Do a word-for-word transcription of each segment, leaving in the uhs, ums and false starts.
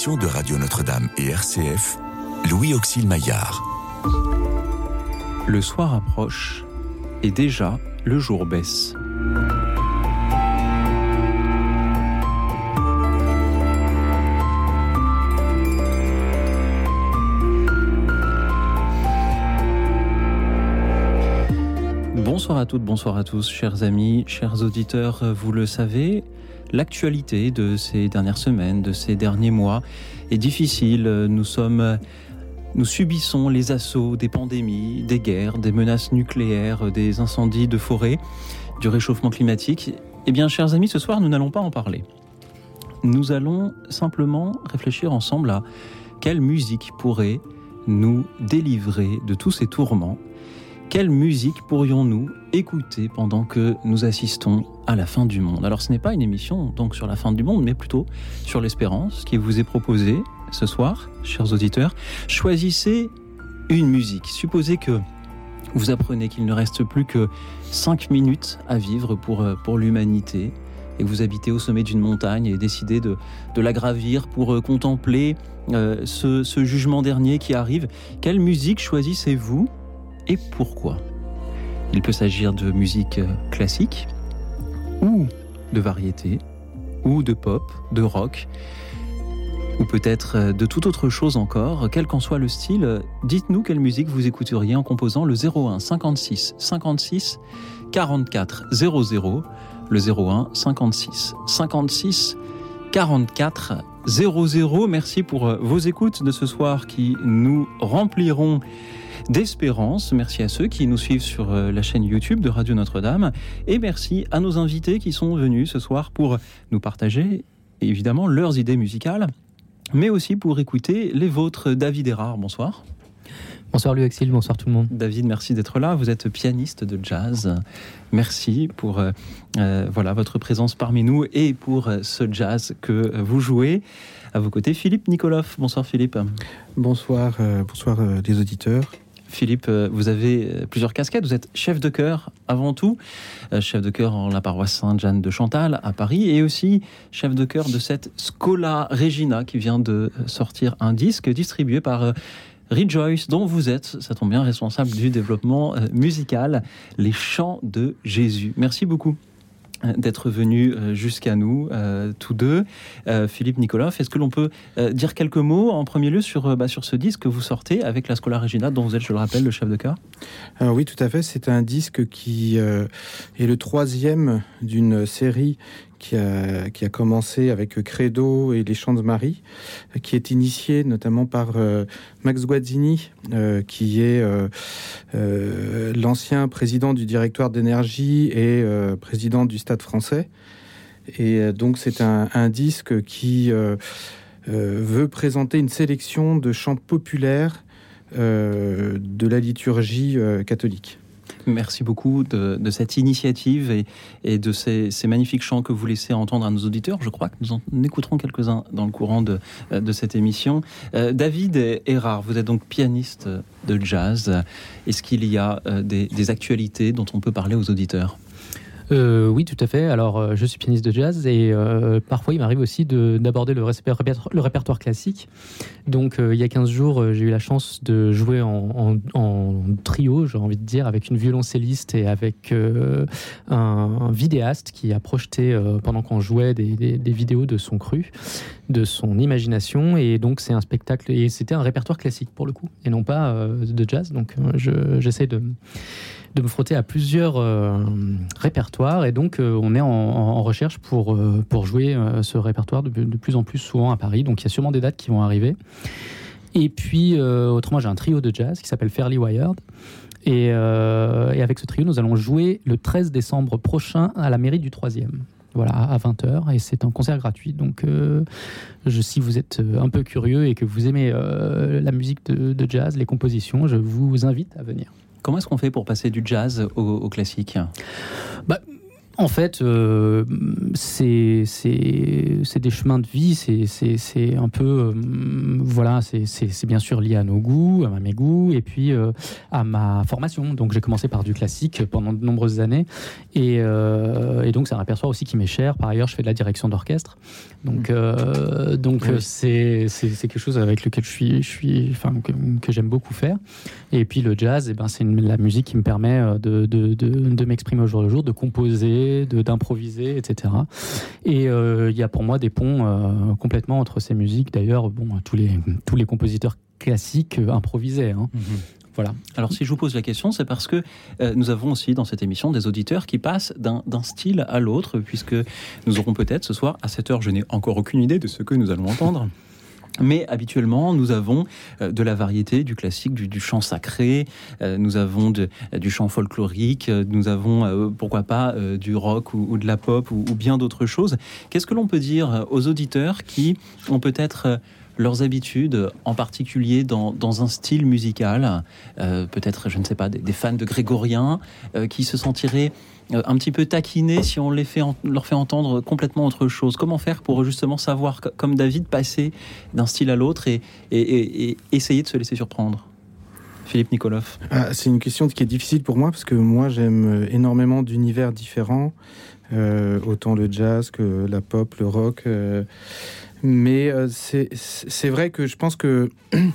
émission de Radio Notre-Dame et R C F, Louis Auxil Maillard. Le soir approche et déjà le jour baisse. Bonsoir à toutes, bonsoir à tous, chers amis, chers auditeurs, vous le savez, l'actualité de ces dernières semaines, de ces derniers mois est difficile. Nous sommes, nous subissons les assauts des pandémies, des guerres, des menaces nucléaires, des incendies de forêt, du réchauffement climatique. Eh bien, chers amis, ce soir, nous n'allons pas en parler. Nous allons simplement réfléchir ensemble à quelle musique pourrait nous délivrer de tous ces tourments. Quelle musique pourrions-nous écouter pendant que nous assistons à la fin du monde ? Alors ce n'est pas une émission donc sur la fin du monde, mais plutôt sur l'espérance qui vous est proposée ce soir, chers auditeurs. Choisissez une musique. Supposez que vous apprenez qu'il ne reste plus que cinq minutes à vivre pour, pour l'humanité et que vous habitez au sommet d'une montagne et décidez de, de la gravir pour contempler euh, ce, ce jugement dernier qui arrive. Quelle musique choisissez-vous ? Et pourquoi ? Il peut s'agir de musique classique, ou de variété, ou de pop, de rock, ou peut-être de toute autre chose encore. Quel qu'en soit le style, dites-nous quelle musique vous écouteriez en composant le zéro un cinquante-six cinquante-six quarante-quatre zéro zéro, le zéro un cinquante-six cinquante-six quarante-quatre zéro zéro. Merci pour vos écoutes de ce soir qui nous rempliront d'espérance. Merci à ceux qui nous suivent sur la chaîne YouTube de Radio Notre-Dame et merci à nos invités qui sont venus ce soir pour nous partager évidemment leurs idées musicales, mais aussi pour écouter les vôtres. David Erard, bonsoir. Bonsoir Louis Auxil, bonsoir tout le monde. David, merci d'être là. Vous êtes pianiste de jazz. Merci pour euh, euh, voilà, votre présence parmi nous et pour ce jazz que vous jouez. À vos côtés, Philippe Nikoloff. Bonsoir Philippe. Bonsoir, euh, bonsoir euh, les auditeurs. Philippe, vous avez plusieurs casquettes. Vous êtes chef de chœur avant tout, chef de chœur en la paroisse Sainte-Jeanne de Chantal à Paris, et aussi chef de chœur de cette Schola Regina qui vient de sortir un disque distribué par Rejoice, dont vous êtes, ça tombe bien, responsable du développement musical, les chants de Jésus. Merci beaucoup d'être venu jusqu'à nous, euh, tous deux. Euh, Philippe Nikoloff, est-ce que l'on peut euh, dire quelques mots en premier lieu sur, bah, sur ce disque que vous sortez avec la Schola Regina, dont vous êtes, je le rappelle, le chef de chœur ? Alors oui, tout à fait. C'est un disque qui euh, est le troisième d'une série qui a, qui a commencé avec Credo et les Chants de Marie, qui est initié notamment par euh, Max Guazzini, euh, qui est euh, euh, l'ancien président du directoire d'énergie et euh, président du Stade français. Et euh, donc c'est un, un disque qui euh, euh, veut présenter une sélection de chants populaires euh, de la liturgie euh, catholique. Merci beaucoup de, de cette initiative et, et de ces, ces magnifiques chants que vous laissez entendre à nos auditeurs. Je crois que nous en écouterons quelques-uns dans le courant de, de cette émission. Euh, David Erard, vous êtes donc pianiste de jazz. Est-ce qu'il y a euh, des, des actualités dont on peut parler aux auditeurs ? Euh, oui, tout à fait. Alors, euh, je suis pianiste de jazz et euh, parfois, il m'arrive aussi de, d'aborder le, répertoire, le répertoire classique. Donc, euh, il y a quinze jours, euh, j'ai eu la chance de jouer en, en, en trio, j'ai envie de dire, avec une violoncelliste et avec euh, un, un vidéaste qui a projeté, euh, pendant qu'on jouait, des, des, des vidéos de son cru, de son imagination. Et donc, c'est un spectacle, et c'était un répertoire classique, pour le coup, et non pas euh, de jazz. Donc, euh, je, j'essaie de... de me frotter à plusieurs euh, répertoires et donc euh, on est en, en recherche pour, euh, pour jouer euh, ce répertoire de, de plus en plus souvent à Paris, donc il y a sûrement des dates qui vont arriver. Et puis euh, autrement j'ai un trio de jazz qui s'appelle Fairly Wired et, euh, et avec ce trio nous allons jouer le treize décembre prochain à la mairie du troisième. Voilà, à vingt heures, et c'est un concert gratuit. Donc, euh, je, si vous êtes un peu curieux et que vous aimez euh, la musique de, de jazz, les compositions, je vous invite à venir. Comment est-ce qu'on fait pour passer du jazz au, au classique ? Bah, En fait, euh, c'est, c'est, c'est des chemins de vie, c'est, c'est, c'est un peu... Euh, voilà, c'est, c'est, c'est bien sûr lié à nos goûts, à mes goûts, et puis euh, à ma formation. Donc j'ai commencé par du classique pendant de nombreuses années, et, euh, et donc c'est un répertoire aussi qui m'est cher. Par ailleurs, je fais de la direction d'orchestre, donc, euh, donc oui. c'est, c'est, c'est quelque chose avec lequel je suis, je suis, enfin, que, que j'aime beaucoup faire. Et puis le jazz, eh ben, c'est une, la musique qui me permet de, de, de, de m'exprimer au jour le jour, de composer, De, d'improviser, et cetera. Et il euh, y a pour moi des ponts euh, complètement entre ces musiques. D'ailleurs, bon, tous les, tous les compositeurs classiques euh, improvisaient. Hein. Mm-hmm. Voilà. Alors si je vous pose la question, c'est parce que euh, nous avons aussi dans cette émission des auditeurs qui passent d'un, d'un style à l'autre, puisque nous aurons peut-être ce soir, à sept heures, je n'ai encore aucune idée de ce que nous allons entendre. Mais habituellement, nous avons euh, de la variété, du classique, du, du chant sacré, euh, nous avons de, du chant folklorique, euh, nous avons, euh, pourquoi pas, euh, du rock ou, ou de la pop ou, ou bien d'autres choses. Qu'est-ce que l'on peut dire aux auditeurs qui ont peut-être euh, leurs habitudes, en particulier dans, dans un style musical, euh, peut-être, je ne sais pas, des, des fans de grégorien, euh, qui se sentiraient un petit peu taquinés si on les fait, leur fait entendre complètement autre chose. Comment faire pour justement savoir, comme David, passer d'un style à l'autre et, et, et, et essayer de se laisser surprendre? Philippe Nicolov. Ah, c'est une question qui est difficile pour moi parce que moi j'aime énormément d'univers différents, euh, autant le jazz que la pop, le rock. Euh, mais euh, c'est, c'est vrai que je pense que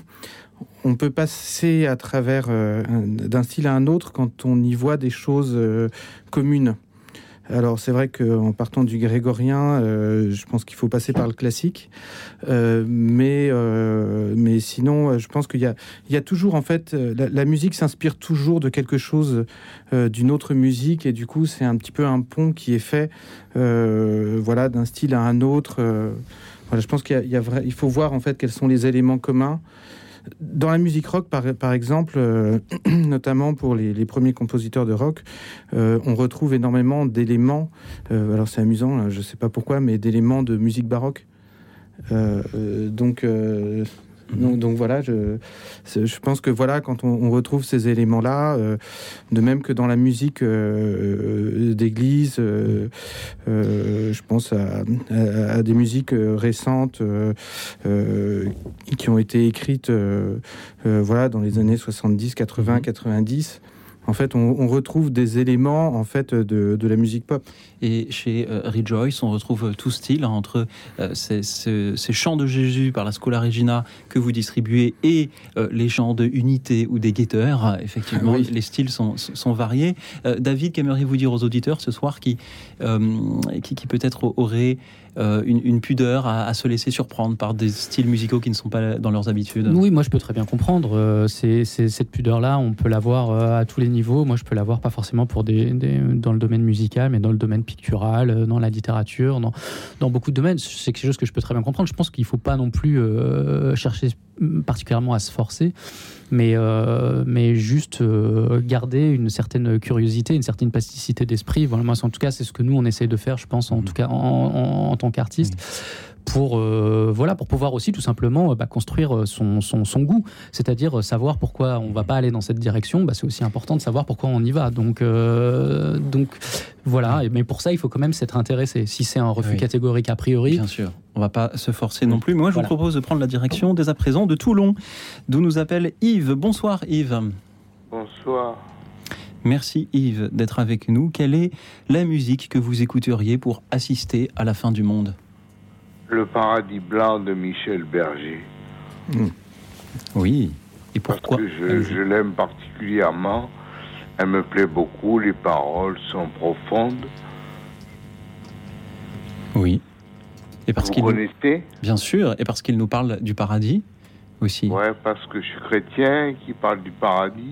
on peut passer à travers euh, d'un style à un autre quand on y voit des choses euh, communes. Alors c'est vrai qu'en partant du grégorien, euh, je pense qu'il faut passer par le classique, euh, mais euh, mais sinon, je pense qu'il y a il y a toujours en fait la, la musique s'inspire toujours de quelque chose, euh, d'une autre musique, et du coup c'est un petit peu un pont qui est fait, euh, voilà, d'un style à un autre. Euh, voilà, je pense qu'il y a, il y a vrai, il faut voir en fait quels sont les éléments communs. Dans la musique rock, par, par exemple, euh, notamment pour les, les premiers compositeurs de rock, euh, on retrouve énormément d'éléments, euh, alors c'est amusant, je ne sais pas pourquoi, mais d'éléments de musique baroque. Euh, euh, donc, euh, donc, donc voilà, je, je pense que voilà, quand on, on retrouve ces éléments-là, euh, de même que dans la musique euh, d'église, euh, euh, je pense à, à, à des musiques récentes euh, euh, qui ont été écrites euh, euh, voilà, dans les années soixante-dix, quatre-vingts, quatre-vingt-dix. En fait, on, on retrouve des éléments en fait de, de la musique pop. Et chez euh, Rejoice, on retrouve tout style hein, entre euh, ces, ces, ces chants de Jésus par la Schola Regina que vous distribuez et euh, les chants de Unité ou des guetteurs. Effectivement, oui. Les styles sont, sont variés. Euh, David, qu'aimeriez-vous dire aux auditeurs ce soir qui, euh, qui, qui peut-être auraient euh, une, une pudeur à, à se laisser surprendre par des styles musicaux qui ne sont pas dans leurs habitudes? Oui, moi je peux très bien comprendre. Euh, c'est, c'est, cette pudeur-là, on peut l'avoir euh, à tous les niveaux. Moi je peux l'avoir pas forcément pour des, des, dans le domaine musical, mais dans le domaine pictural, dans la littérature, dans, dans beaucoup de domaines. C'est quelque chose que je peux très bien comprendre. Je pense qu'il ne faut pas non plus euh, chercher particulièrement à se forcer, mais, euh, mais juste euh, garder une certaine curiosité, une certaine plasticité d'esprit. Voilà, moi, en tout cas, c'est ce que nous, on essaye de faire, je pense, en tout cas, en, en, en tant qu'artiste. Mmh. Pour, euh, voilà, pour pouvoir aussi tout simplement bah, construire son, son, son goût, c'est-à-dire savoir pourquoi on ne va pas aller dans cette direction. Bah, c'est aussi important de savoir pourquoi on y va. Donc, euh, donc voilà, mais pour ça il faut quand même s'être intéressé. Si c'est un refus oui. catégorique a priori, bien sûr, on ne va pas se forcer non plus. Mais moi je voilà. vous propose de prendre la direction dès à présent de Toulon, d'où nous appelle Yves. Bonsoir Yves. Bonsoir. Merci Yves d'être avec nous. Quelle est la musique que vous écouteriez pour assister à la fin du monde? Le paradis blanc de Michel Berger. Mmh. Oui. Et pourquoi? Parce que je, je l'aime particulièrement. Elle me plaît beaucoup. Les paroles sont profondes. Oui. Et parce Vous qu'il connaissez? Bien sûr. Et parce qu'il nous parle du paradis aussi. Ouais, parce que je suis chrétien qui parle du paradis.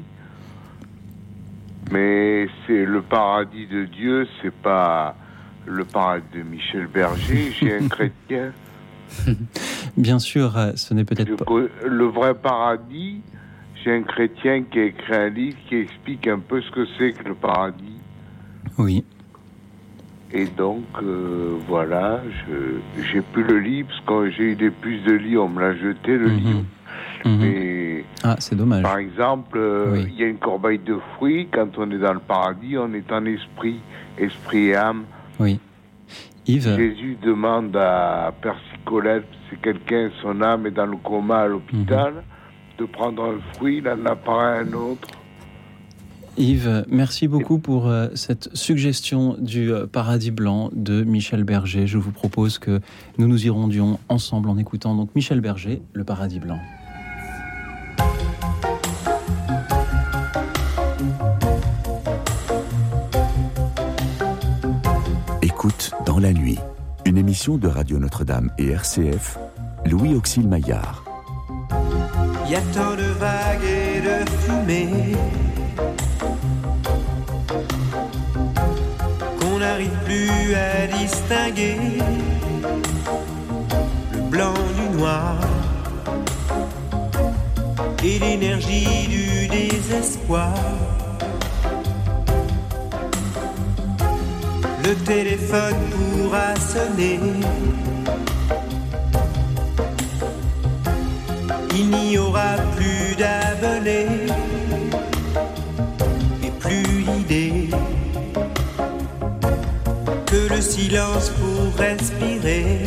Mais c'est le paradis de Dieu, c'est pas le paradis de Michel Berger. J'ai un chrétien. Bien sûr, ce n'est peut-être je, pas... Le vrai paradis, j'ai un chrétien qui a écrit un livre qui explique un peu ce que c'est que le paradis. Oui. Et donc, euh, voilà, je, j'ai pu le lire, parce que quand j'ai eu des puces de lit, on me l'a jeté, le mm-hmm. livre. Mm-hmm. Mais Ah, c'est dommage. Par exemple, euh, Oui. il y a une corbeille de fruits. Quand on est dans le paradis, on est en esprit, esprit et âme. Oui. Yves, Jésus demande à Persicolette, c'est quelqu'un, son âme est dans le coma à l'hôpital, de prendre un fruit, il en apparaît un autre. Yves, merci beaucoup pour euh, cette suggestion du euh, Paradis Blanc de Michel Berger. Je vous propose que nous nous y rendions ensemble en écoutant donc Michel Berger, le Paradis Blanc. Écoute dans la nuit, une émission de Radio Notre-Dame et R C F, Louis Auxil Maillard. Il y a tant de vagues et de fumée qu'on n'arrive plus à distinguer le blanc du noir et l'énergie du désespoir. Le téléphone pourra sonner, il n'y aura plus d'abonnés et plus l'idée que le silence pour respirer,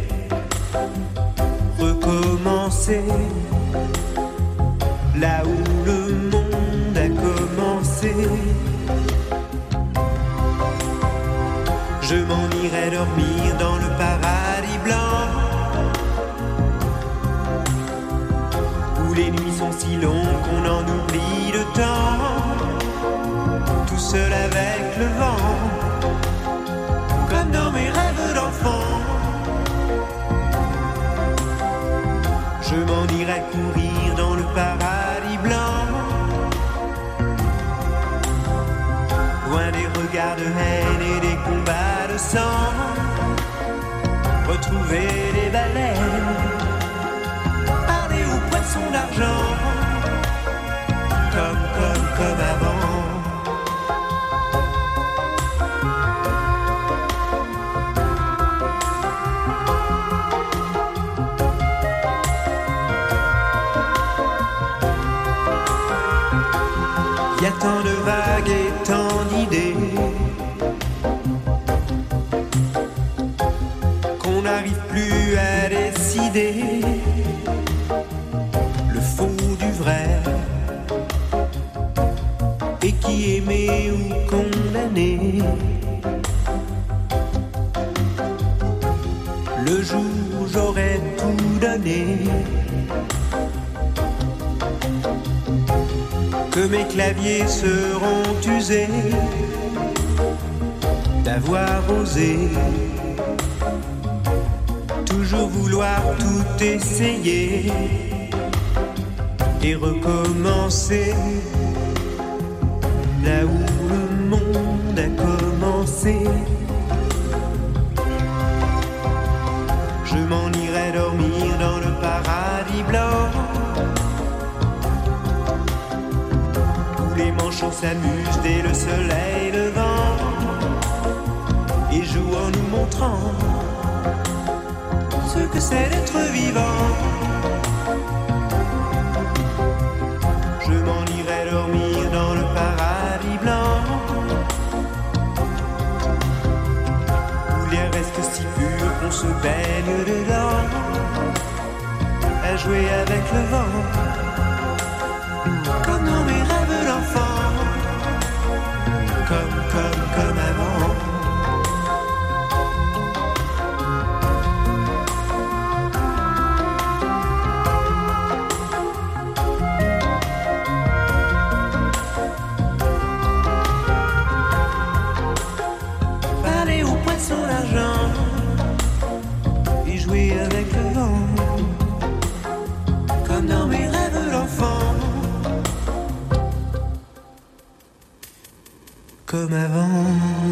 recommencer là où le monde a commencé. Je m'en irai dormir dans le paradis blanc, où les nuits sont si longues qu'on en oublie le temps, tout seul avec le vent, comme dans mes rêves d'enfant. Je m'en irai courir dans le paradis blanc, loin des regards de haine et des combats de sang, retrouver les baleines, parler aux poissons d'argent, comme, comme, comme avant. Il y a tant de vagues et tant d'idées qu'on n'arrive plus à décider le faux du vrai, et qui aimé ou condamné. Le jour où j'aurais tout donné, que mes claviers seront usés d'avoir osé toujours vouloir tout essayer et recommencer là où le monde a commencé. Je m'en irai dormir dans le paradis blanc, les manchots s'amusent dès le soleil levant et jouent en nous montrant ce que c'est d'être vivant. Je m'en irai dormir dans le paradis blanc, où l'air reste si pur qu'on se baigne dedans, à jouer avec le vent, comme dans mes rêves d'enfant, comme, comme, comme avant. Aller aux poissons d'argent et jouer avec le vent, comme dans mes rêves d'enfant, comme avant.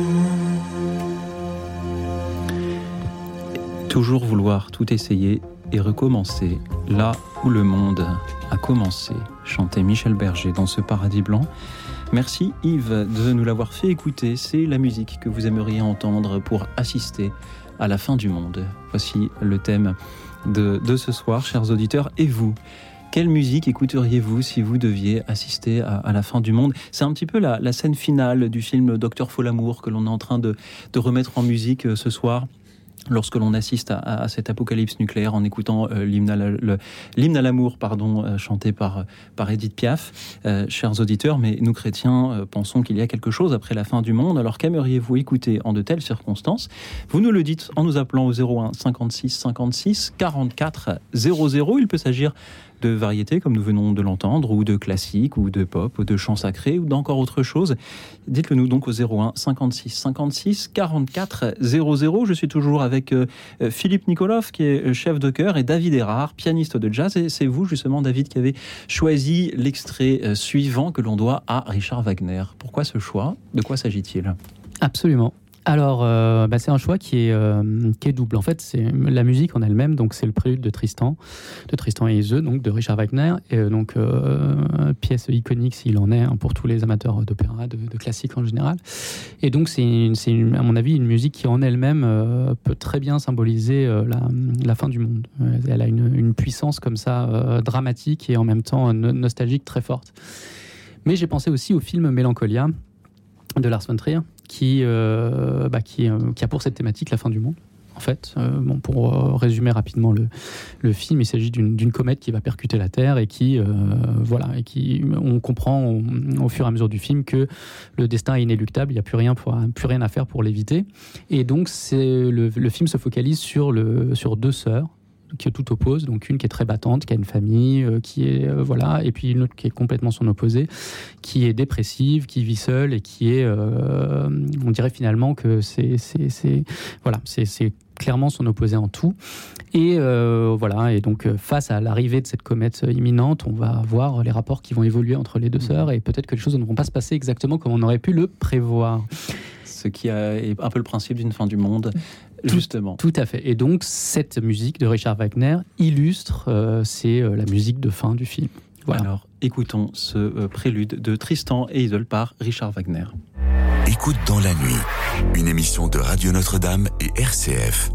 Toujours vouloir tout essayer et recommencer là où le monde a commencé, chantait Michel Berger dans ce Paradis Blanc. Merci Yves de nous l'avoir fait écouter. C'est la musique que vous aimeriez entendre pour assister à la fin du monde. Voici le thème de, de ce soir, chers auditeurs. Et vous, Quelle musique écouteriez-vous si vous deviez assister à, à la fin du monde ? C'est un petit peu la, la scène finale du film Docteur Folamour que l'on est en train de, de remettre en musique euh, ce soir. Lorsque l'on assiste à, à cet apocalypse nucléaire en écoutant euh, l'hymne, à la, le, l'hymne à l'amour pardon, euh, chanté par, par Edith Piaf, euh, chers auditeurs, mais nous chrétiens euh, pensons qu'il y a quelque chose après la fin du monde. Alors qu'aimeriez-vous écouter en de telles circonstances ? Vous nous le dites en nous appelant au zéro un cinquante-six cinquante-six quarante-quatre zéro zéro. Il peut s'agir de variétés comme nous venons de l'entendre, ou de classiques, ou de pop, ou de chants sacrés, ou d'encore autre chose. Dites-le nous donc au zéro un cinquante-six cinquante-six quarante-quatre zéro zéro. Je suis toujours avec euh, Philippe Nikolov, qui est chef de chœur, et David Erard, pianiste de jazz. Et c'est vous, justement, David, qui avez choisi l'extrait euh, suivant que l'on doit à Richard Wagner. Pourquoi ce choix ? De quoi s'agit-il ? Absolument. Alors, euh, bah c'est un choix qui est, euh, qui est double. En fait, c'est la musique en elle-même, donc c'est le prélude de Tristan, de Tristan et Iseult, donc de Richard Wagner, et euh, donc euh, pièce iconique s'il en est, hein, pour tous les amateurs d'opéra, de, de classique en général. Et donc, c'est, une, c'est une, à mon avis une musique qui en elle-même euh, peut très bien symboliser euh, la, la fin du monde. Elle a une, une puissance comme ça, euh, dramatique et en même temps no- nostalgique très forte. Mais j'ai pensé aussi au film Mélancolia de Lars von Trier, qui, euh, bah, qui, euh, qui a pour cette thématique la fin du monde. En fait, euh, bon, pour euh, résumer rapidement le, le film, il s'agit d'une, d'une comète qui va percuter la Terre et qui, euh, voilà, et qui, on comprend au, au fur et à mesure du film que le destin est inéluctable, il n'y a plus rien, pour, plus rien à faire pour l'éviter. Et donc, c'est, le, le film se focalise sur, le, sur deux sœurs qui tout oppose, donc une qui est très battante, qui a une famille, euh, qui est euh, voilà, et puis une autre qui est complètement son opposé, qui est dépressive, qui vit seule et qui est, euh, on dirait finalement que c'est, c'est, c'est voilà, c'est, c'est clairement son opposé en tout. Et euh, voilà, et donc face à l'arrivée de cette comète imminente, on va voir les rapports qui vont évoluer entre les deux sœurs et peut-être que les choses ne vont pas se passer exactement comme on aurait pu le prévoir. Ce qui est un peu le principe d'une fin du monde. Justement. Tout, tout à fait. Et donc, cette musique de Richard Wagner illustre, euh, c'est euh, la musique de fin du film. Voilà. Alors, écoutons ce euh, prélude de Tristan et Iseult par Richard Wagner. Écoute dans la nuit, une émission de Radio Notre-Dame et R C F.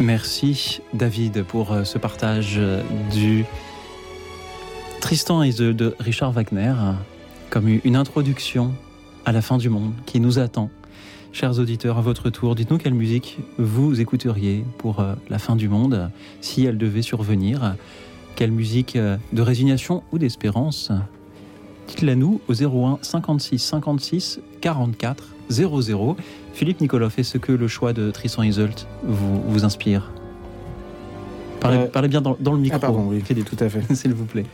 Merci David pour ce partage du Tristan et Isolde de Richard Wagner, comme une introduction à la fin du monde qui nous attend. Chers auditeurs, à votre tour, dites-nous quelle musique vous écouteriez pour la fin du monde, si elle devait survenir. Quelle musique de résignation ou d'espérance? Dites-la nous au zéro un cinquante-six cinquante-six quarante-quatre zéro zéro. Philippe Nicolov, est-ce que le choix de Tristan et Isolde vous, vous inspire? Parlez, euh, parlez bien dans, dans le micro, ah pardon, oui, Philippe, tout à fait. S'il vous plaît.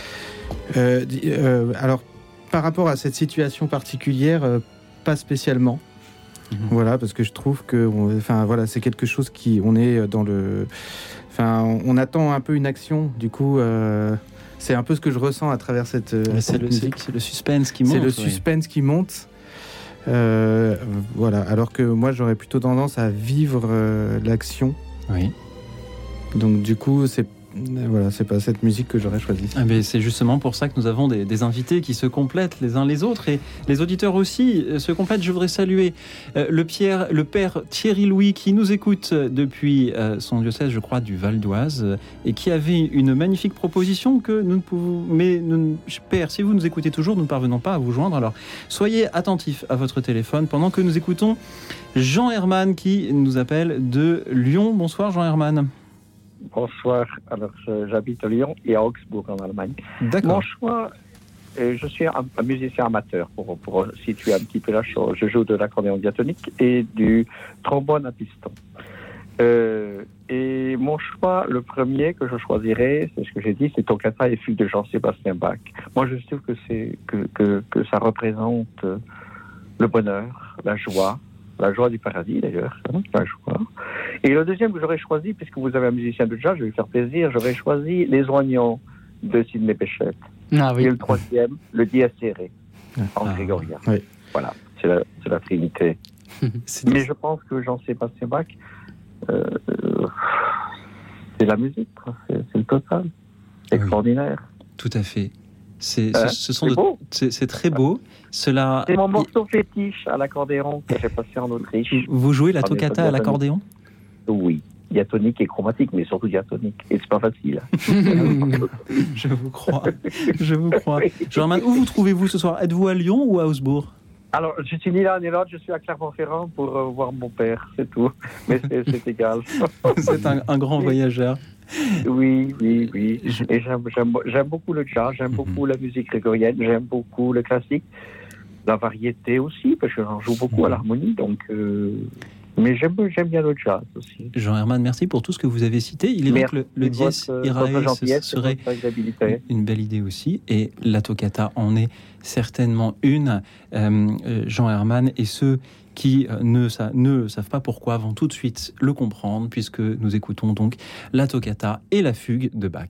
Euh, euh, alors, par rapport à cette situation particulière, euh, pas spécialement. Mmh. Voilà, parce que je trouve que, enfin voilà, c'est quelque chose qui, on est dans le, enfin, on, on attend un peu une action. Du coup, euh, c'est un peu ce que je ressens à travers cette, c'est cette le, musique. C'est, c'est le suspense qui monte. C'est le oui. suspense qui monte. Euh, voilà, alors que moi, j'aurais plutôt tendance à vivre euh, l'action. Oui. Donc du coup, c'est voilà, c'est pas cette musique que j'aurais choisie. Ah mais c'est justement pour ça que nous avons des, des invités qui se complètent les uns les autres et les auditeurs aussi se complètent. Je voudrais saluer euh, le, Pierre, le père Thierry Louis qui nous écoute depuis euh, son diocèse, je crois, du Val d'Oise euh, et qui avait une magnifique proposition que nous ne pouvons... Mais nous, père, si vous nous écoutez toujours, nous ne parvenons pas à vous joindre. Alors soyez attentifs à votre téléphone pendant que nous écoutons Jean Herman qui nous appelle de Lyon. Bonsoir Jean Herman. Bonsoir, alors j'habite à Lyon et à Augsbourg en Allemagne. D'accord. Mon choix, euh, je suis un, un musicien amateur pour, pour situer un petit peu la chose. Je joue de l'accordéon diatonique et du trombone à piston. Euh, et mon choix, le premier que je choisirais, c'est ce que j'ai dit, c'est Toccata et Fugue de Jean-Sébastien Bach. Moi, je trouve que, c'est, que, que, que ça représente le bonheur, la joie, la joie du paradis d'ailleurs, hein, la joie. Et le deuxième que j'aurais choisi, puisque vous avez un musicien de jazz, je vais lui faire plaisir, j'aurais choisi Les Oignons de Sidney Bechet. Ah, oui. Et le troisième, le Dies Irae, en ah, grégorien. Oui. Voilà, c'est la, c'est la Trinité. C'est Mais je pense que Jean-Sébastien Bach, euh, c'est la musique, c'est, c'est le total. C'est extraordinaire. Tout à fait. C'est, euh, ce, ce sont c'est, de, beau. C'est, c'est très beau. Cela... C'est mon morceau fétiche à l'accordéon que j'ai passé en Autriche. Vous jouez la En toccata à l'accordéon? Oui, diatonique et chromatique, mais surtout diatonique. Et c'est pas facile. Je vous crois. Je vous crois. Jean-Herman, où vous trouvez-vous ce soir? Êtes-vous à Lyon ou à Augsbourg? Alors, je suis ni l'un ni l'autre, je suis à Clermont-Ferrand pour euh, voir mon père, c'est tout. Mais c'est, c'est égal. C'est un, un grand voyageur. Oui, oui, oui. Et j'aime, j'aime, j'aime beaucoup le jazz, j'aime mm-hmm. beaucoup la musique grégorienne, j'aime beaucoup le classique, la variété aussi, parce que j'en joue beaucoup mm-hmm. à l'harmonie, donc... Euh... Mais j'aime, j'aime bien le jazz aussi. Jean Herman, merci pour tout ce que vous avez cité. Il est vrai que le, le Dies Irae serait une belle idée aussi. Et la toccata en est certainement une. Euh, Jean Herman et ceux qui ne, sa, ne savent pas pourquoi vont tout de suite le comprendre, puisque nous écoutons donc la toccata et la fugue de Bach.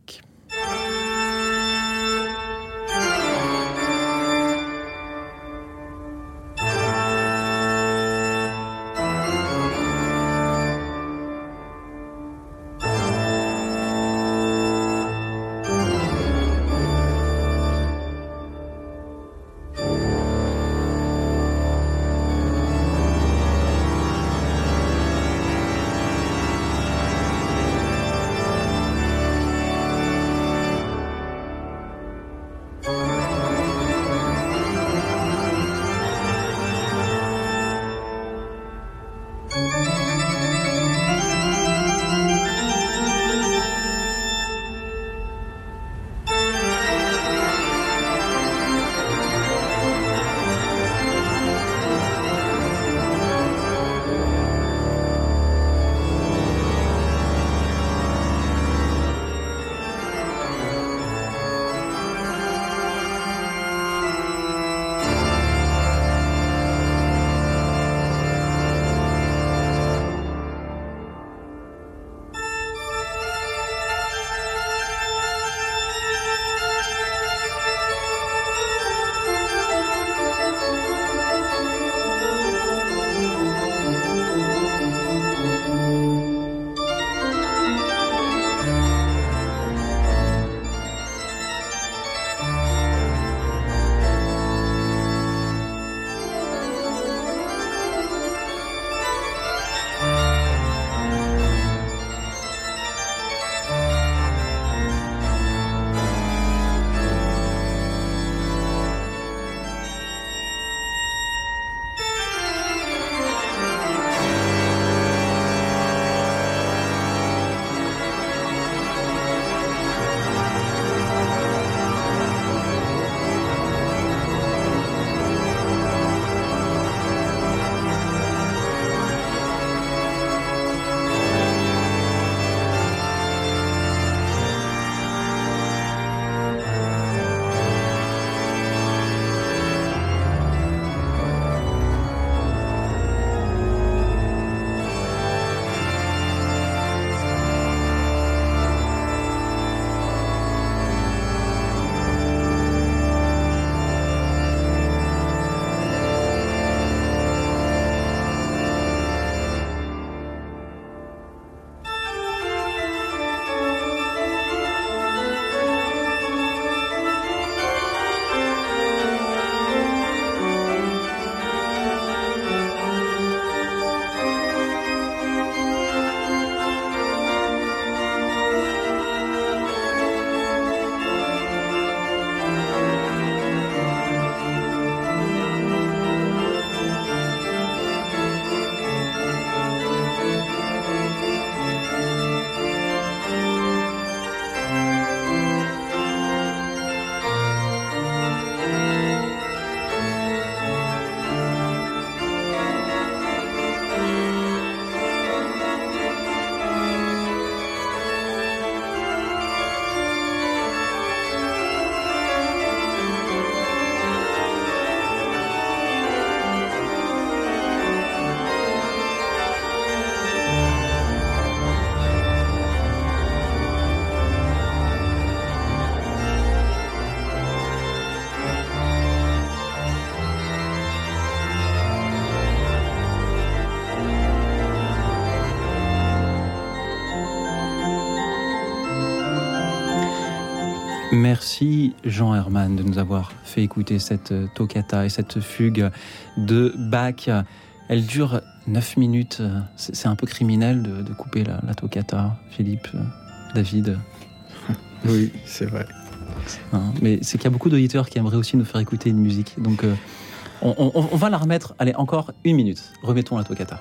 Merci Jean Herman de nous avoir fait écouter cette toccata et cette fugue de Bach. Elle dure neuf minutes. C'est un peu criminel de, de couper la, la toccata, Philippe, David. Oui, c'est vrai. Hein, mais c'est qu'il y a beaucoup d'auditeurs qui aimeraient aussi nous faire écouter une musique. Donc euh, on, on, on va la remettre. Allez, encore une minute. Remettons la toccata.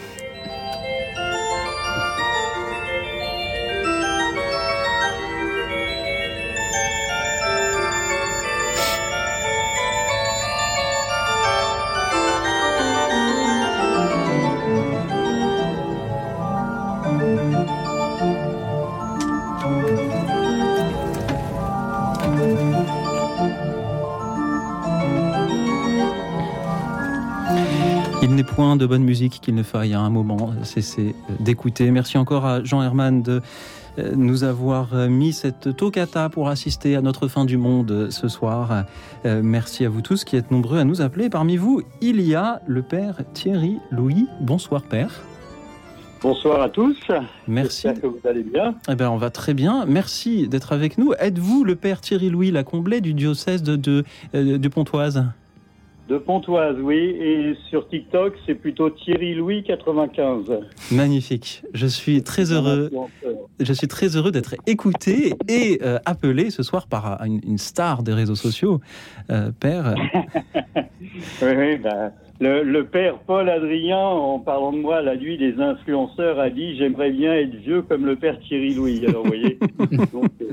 Il n'est point de bonne musique qu'il ne faille à un moment cesser d'écouter. Merci encore à Jean Herman de nous avoir mis cette toccata pour assister à notre fin du monde ce soir. Merci à vous tous qui êtes nombreux à nous appeler. Parmi vous, il y a le père Thierry Louis. Bonsoir père. Bonsoir à tous. Merci. J'espère que vous allez bien. Eh ben, on va très bien. Merci d'être avec nous. Êtes-vous le père Thierry Louis Lacomblé du diocèse de, de, de, de Pontoise ? De Pontoise, oui. Et sur TikTok, c'est plutôt Thierry Louis quatre-vingt-quinze. Magnifique. Je suis très heureux. Je suis très heureux d'être écouté et euh, appelé ce soir par une, une star des réseaux sociaux, euh, père. oui, oui. Ben, le, le père Paul Adrien, en parlant de moi la nuit des influenceurs, a dit « J'aimerais bien être vieux comme le père Thierry Louis ». Alors, vous voyez. Donc, euh,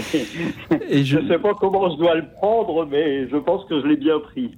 Et je ne sais pas comment je dois le prendre, mais je pense que je l'ai bien pris.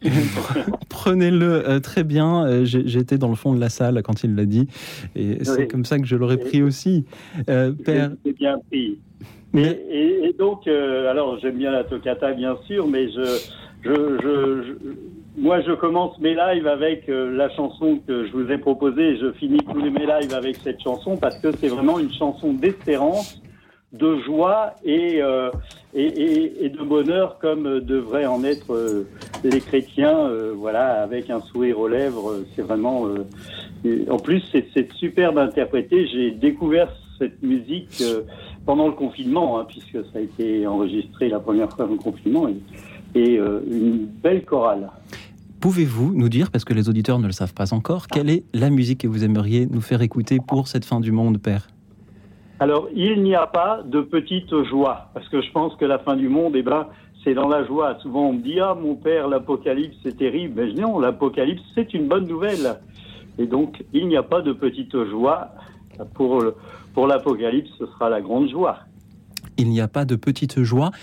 Prenez-le euh, très bien. Euh, j'étais dans le fond de la salle quand il l'a dit. Et oui. C'est comme ça que je l'aurais pris aussi. Euh, père... J'ai bien pris. Mais... Et, et, et donc, euh, alors j'aime bien la toccata, bien sûr, mais je, je, je, je, moi je commence mes lives avec euh, la chanson que je vous ai proposée. Et je finis tous mes lives avec cette chanson parce que c'est vraiment une chanson d'espérance, de joie et, euh, et, et, et de bonheur comme devraient en être euh, les chrétiens, euh, voilà, avec un sourire aux lèvres. C'est vraiment... Euh, en plus, c'est, c'est superbe interprété. J'ai découvert cette musique euh, pendant le confinement, hein, puisque ça a été enregistré la première fois dans le confinement, et, et euh, une belle chorale. Pouvez-vous nous dire, parce que les auditeurs ne le savent pas encore, quelle est la musique que vous aimeriez nous faire écouter pour cette fin du monde, Père ? Alors, il n'y a pas de petite joie, parce que je pense que la fin du monde, eh ben, c'est dans la joie. Souvent, on me dit « Ah, mon père, l'Apocalypse, c'est terrible ». Mais je dis non, l'Apocalypse, c'est une bonne nouvelle. Et donc, il n'y a pas de petite joie. Pour, pour l'Apocalypse, ce sera la grande joie. Il n'y a pas de petite joie.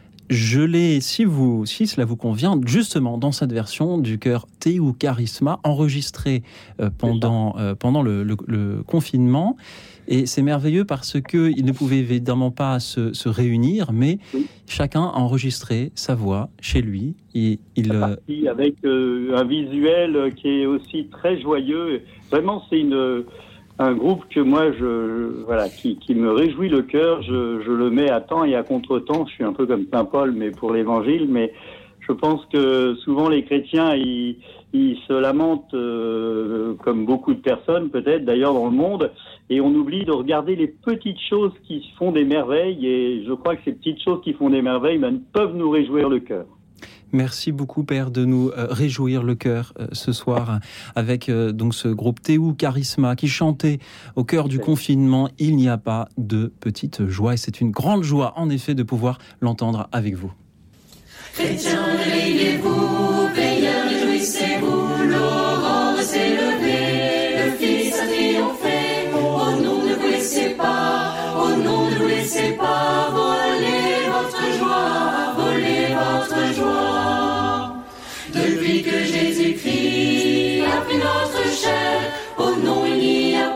Je l'ai, si, vous, si cela vous convient, justement dans cette version du chœur Teu Charisma, enregistrée euh, pendant, euh, pendant le, le, le confinement. Et c'est merveilleux parce qu'ils ne pouvaient évidemment pas se, se réunir, mais oui. Chacun a enregistré sa voix chez lui. Et il, partie avec euh, un visuel qui est aussi très joyeux. Vraiment, c'est une... un groupe que moi, je, voilà, qui, qui me réjouit le cœur. Je, je le mets à temps et à contre-temps. Je suis un peu comme Saint Paul, mais pour l'Évangile. Mais je pense que souvent les chrétiens, ils, ils se lamentent, euh, comme beaucoup de personnes, peut-être d'ailleurs dans le monde, et on oublie de regarder les petites choses qui font des merveilles. Et je crois que ces petites choses qui font des merveilles ben, peuvent nous réjouir le cœur. Merci beaucoup, Père, de nous euh, réjouir le cœur euh, ce soir avec euh, donc ce groupe Teu Charisma qui chantait au cœur du confinement. Il n'y a pas de petite joie et c'est une grande joie, en effet, de pouvoir l'entendre avec vous. Chrétiens, réveillez-vous, veilleurs, réjouissez-vous, l'aurore s'est levée, le Fils a triomphé. Oh non, ne vous laissez pas, oh non, ne vous laissez pas voler votre joie, voler votre joie. Depuis que Jésus-Christ a pris notre chair, oh non, il n'y a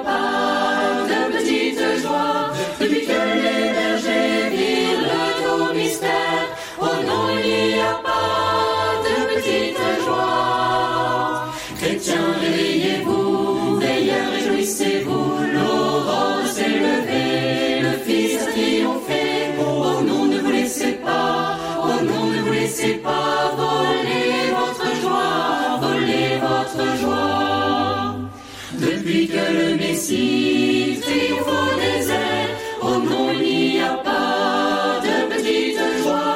pas de petite joie. Depuis que les bergers virent le doux mystère, oh non, il n'y a pas de petite joie. Chrétiens, réveillez-vous, veilleurs, réjouissez-vous, l'aurore s'est levée, le Fils a triomphé. Oh non, ne vous laissez pas, oh non, ne vous laissez pas voler votre joie, voler votre joie. Depuis que le Messie triomphe au désert, oh non, il n'y a pas de petite joie.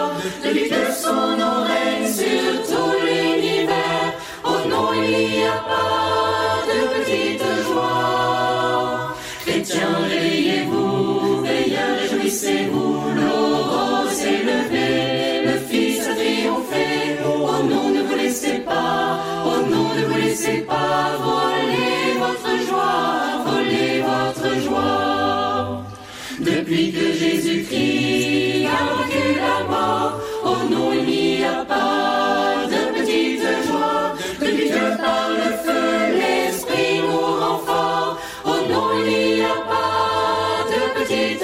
laissez pas voler votre joie, voler votre joie. Depuis que Jésus-Christ a vaincu la mort, oh non, il n'y a pas de petite joie. Depuis que par le feu l'Esprit nous rend fort, oh non, il n'y a pas de petite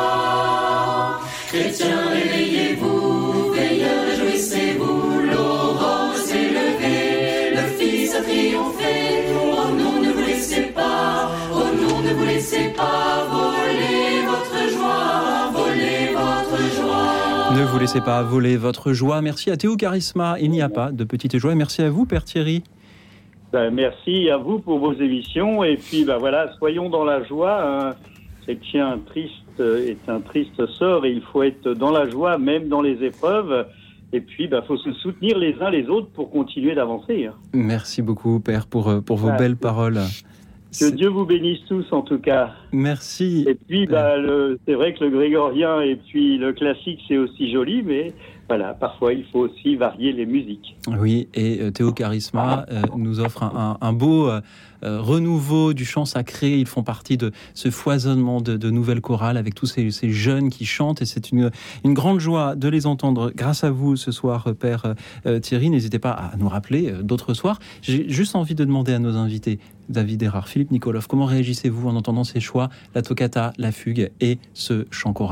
joie. Chrétiens, réveillez-vous, veilleurs, réjouissez-vous, l'aurore s'est levée, le Fils a triomphé. Oh non, ne vous laissez pas, oh non, ne vous laissez pas voler votre joie, voler votre joie. Ne vous laissez pas voler votre joie. Merci à Théo Charisma. Il n'y a pas de petite joie. Et merci à vous, Père Thierry. Ben, merci à vous pour vos émissions. Et puis, ben, voilà, soyons dans la joie. Un chrétien triste est un triste sort et il faut être dans la joie, même dans les épreuves. Et puis, il ben, faut se soutenir les uns les autres pour continuer d'avancer. Merci beaucoup, Père, pour, pour vos ouais. belles paroles. Que c'est... Dieu vous bénisse tous, en tout cas. Merci. Et puis, bah, le, c'est vrai que le grégorien et puis le classique, c'est aussi joli, mais voilà, parfois, il faut aussi varier les musiques. Oui, et euh, Théo Charisma euh, nous offre un, un, un beau euh, renouveau du chant sacré. Ils font partie de ce foisonnement de, de nouvelles chorales avec tous ces, ces jeunes qui chantent. Et c'est une, une grande joie de les entendre grâce à vous ce soir, Père euh, Thierry. N'hésitez pas à nous rappeler euh, d'autres soirs. J'ai juste envie de demander à nos invités, David Erard, Philippe Nikolov, comment réagissez-vous en entendant ces choix, la toccata, la fugue et ce chant choral ?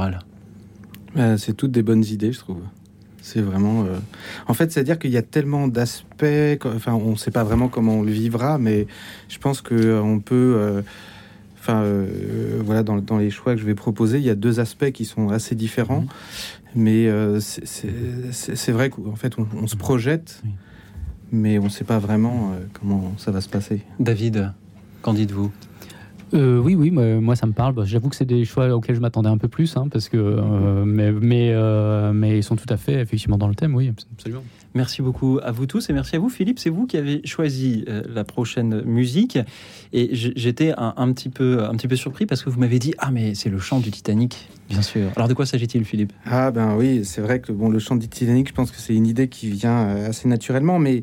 euh, C'est toutes des bonnes idées, je trouve. C'est vraiment... Euh... En fait, c'est-à-dire qu'il y a tellement d'aspects... Enfin, on ne sait pas vraiment comment on le vivra, mais je pense qu'on peut... Euh... Enfin, euh, voilà, dans, dans les choix que je vais proposer, il y a deux aspects qui sont assez différents. Mmh. Mais euh, c'est, c'est, c'est, c'est vrai qu'en fait, on, on se projette, oui. mais on ne sait pas vraiment euh, comment ça va se passer. David, qu'en dites-vous ? Euh, oui, oui, moi, moi ça me parle. Bah, j'avoue que c'est des choix auxquels je m'attendais un peu plus, hein, parce que, euh, mais, mais, euh, mais ils sont tout à fait effectivement dans le thème, oui, absolument. Merci beaucoup à vous tous et merci à vous, Philippe. C'est vous qui avez choisi euh, la prochaine musique et j'étais un, un petit peu, un petit peu surpris parce que vous m'avez dit ah mais c'est le chant du Titanic, bien sûr. Alors de quoi s'agit-il, Philippe ? Ah ben oui, c'est vrai que bon le chant du Titanic, je pense que c'est une idée qui vient assez naturellement, mais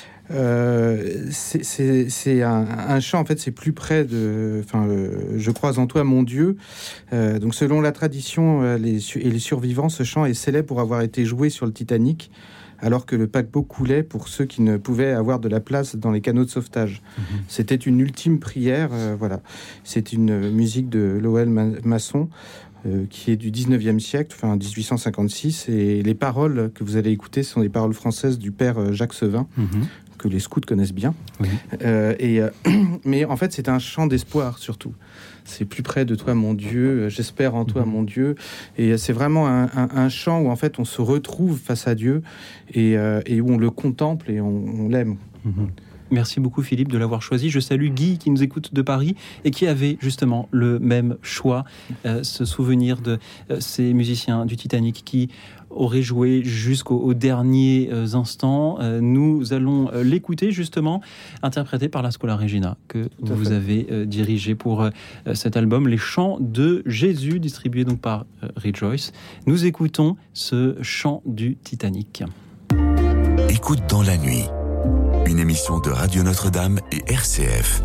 Euh, c'est, c'est, c'est un, un chant, en fait, c'est plus près de... Enfin, euh, je crois en toi, mon Dieu. Euh, donc, selon la tradition euh, les, et les survivants, ce chant est célèbre pour avoir été joué sur le Titanic, alors que le paquebot coulait pour ceux qui ne pouvaient avoir de la place dans les canaux de sauvetage. Mmh. C'était une ultime prière, euh, voilà. C'est une musique de Lowell Mason, euh, qui est du dix-neuvième siècle, enfin dix-huit cent cinquante-six, et les paroles que vous allez écouter sont des paroles françaises du père Jacques Sevin, mmh. que les scouts connaissent bien. Oui. Euh, et, euh, mais en fait, c'est un chant d'espoir, surtout. C'est plus près de toi, mon Dieu, j'espère en toi, mmh. mon Dieu. Et c'est vraiment un, un, un chant où, en fait, on se retrouve face à Dieu et, euh, et où on le contemple et on, on l'aime. Mmh. Merci beaucoup, Philippe, de l'avoir choisi. Je salue Guy, qui nous écoute de Paris et qui avait justement le même choix, euh, ce souvenir de euh, ces musiciens du Titanic qui auraient joué jusqu'aux derniers euh, instants. Euh, nous allons euh, l'écouter, justement, interprété par la Schola Regina, que vous fait. avez euh, dirigé pour euh, cet album, Les Chants de Jésus, distribué donc par euh, Rejoice. Nous écoutons ce chant du Titanic. Écoute dans la nuit. Une émission de Radio Notre-Dame et R C F.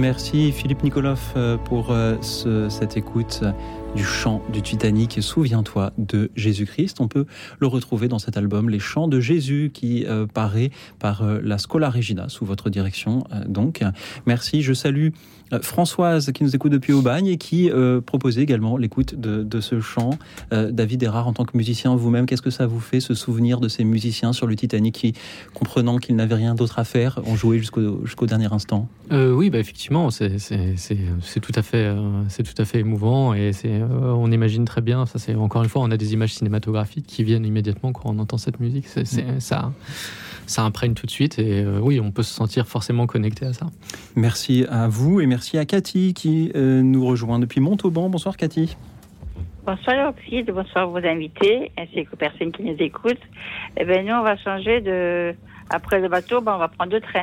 Merci Philippe Nikoloff pour ce, cette écoute du chant du Titanic. Souviens-toi de Jésus-Christ. On peut le retrouver dans cet album Les Chants de Jésus qui euh, paraît par euh, la Schola Regina sous votre direction. Euh, donc, merci. Je salue euh, Françoise qui nous écoute depuis Aubagne et qui euh, proposait également l'écoute de, de ce chant. Euh, David Erard, en tant que musicien vous-même, qu'est-ce que ça vous fait, ce souvenir de ces musiciens sur le Titanic qui, comprenant qu'ils n'avaient rien d'autre à faire, ont joué jusqu'au, jusqu'au dernier instant? euh, Oui, bah, effectivement, c'est, c'est, c'est, c'est, tout à fait, euh, c'est tout à fait émouvant et c'est, euh, on imagine très bien, ça, c'est, encore une fois, on a des images cinématographiques qui viennent immédiatement quand on entend cette musique. C'est, c'est, mmh. ça, ça imprègne tout de suite et euh, oui, on peut se sentir forcément connecté à ça. Merci à vous et merci à Cathy qui euh, nous rejoint depuis Montauban. Bonsoir Cathy. Bonsoir Oxyde, bonsoir vos invités ainsi qu'aux personnes qui nous écoutent. Eh bien nous on va changer de... Après le bateau, ben, on va prendre le train.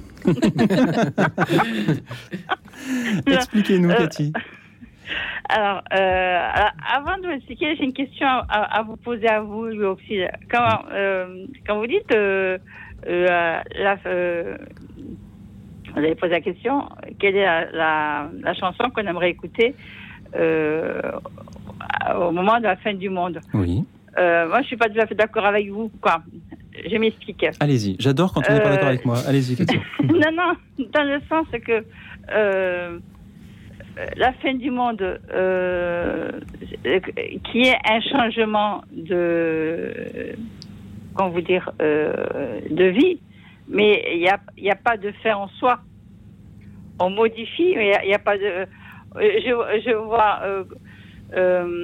Expliquez-nous euh, Cathy. Alors, euh, avant de vous expliquer, j'ai une question à, à vous poser à vous, Louis Auxil. Quand, euh, quand vous dites, euh, euh, la, euh, vous avez posé la question, quelle est la, la, la chanson qu'on aimerait écouter euh, au moment de la fin du monde? Oui. Euh, moi, je suis pas tout à fait d'accord avec vous, quoi. Je m'explique. Allez-y, j'adore quand on n'est euh... pas d'accord avec moi. Allez-y, Cathy. non, non, dans le sens que euh, la fin du monde, euh, qui est un changement de, comment vous dire, euh, de vie, mais il n'y a, y a pas de fin en soi. On modifie, mais il n'y a, a pas de... Je, je vois... Euh, euh,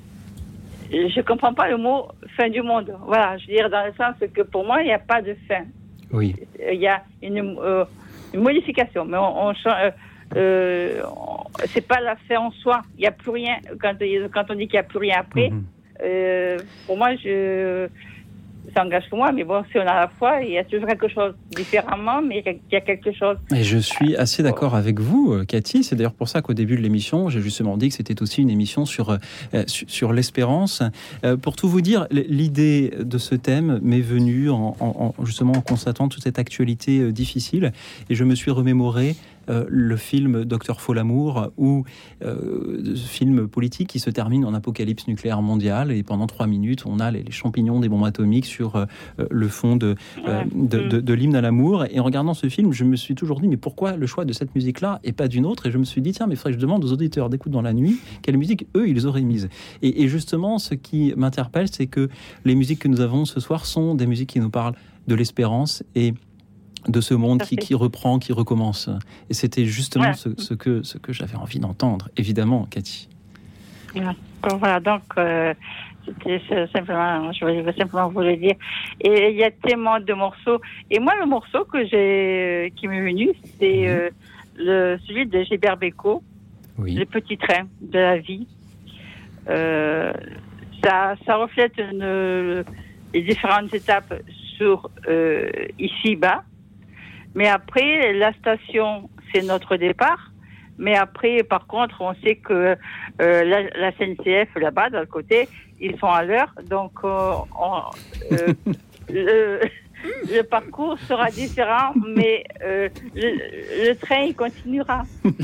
je comprends pas le mot fin du monde. Voilà, je veux dire dans le sens que pour moi, il n'y a pas de fin. Oui. Il y a une, euh, une modification, mais on, on, euh, euh, on c'est pas la fin en soi. Il n'y a plus rien. Quand, quand on dit qu'il n'y a plus rien après, mm-hmm. euh, pour moi, je, ça engage pour moi. Mais bon, si on a la foi, il y a toujours quelque chose différemment, mais il y a quelque chose. Et je suis assez d'accord avec vous, Cathy. C'est d'ailleurs pour ça qu'au début de l'émission, j'ai justement dit que c'était aussi une émission sur, euh, sur, sur l'espérance. Euh, pour tout vous dire, l'idée de ce thème m'est venue en, en, justement en constatant toute cette actualité euh, difficile. Et je me suis remémoré Euh, le film Docteur Folamour, ou euh, film politique qui se termine en apocalypse nucléaire mondiale, et pendant trois minutes, on a les, les champignons des bombes atomiques sur euh, le fond de, euh, de, de, de l'hymne à l'amour. Et en regardant ce film, je me suis toujours dit, mais pourquoi le choix de cette musique-là et pas d'une autre? Et je me suis dit, tiens, mais il faudrait que je demande aux auditeurs d'écoute dans la nuit quelle musique, eux, ils auraient mise. Et, et justement, ce qui m'interpelle, c'est que les musiques que nous avons ce soir sont des musiques qui nous parlent de l'espérance et de ce monde qui, qui reprend, qui recommence. Et c'était justement voilà. ce, ce, que, ce que j'avais envie d'entendre, évidemment, Cathy. Voilà, donc, euh, c'était simplement, je voulais simplement vous le dire. Et il y a tellement de morceaux. Et moi, le morceau que j'ai, qui m'est venu, c'est mmh. euh, le, celui de Gilbert Bécaud, oui. Le petit train de la vie. Euh, ça, ça reflète une, les différentes étapes sur euh, ici-bas. Mais après, la station, c'est notre départ. Mais après, par contre, on sait que euh, la, la S N C F, là-bas, de l'autre côté, ils sont à l'heure. Donc, euh, on, euh, le, le parcours sera différent, mais euh, le, le train, il continuera.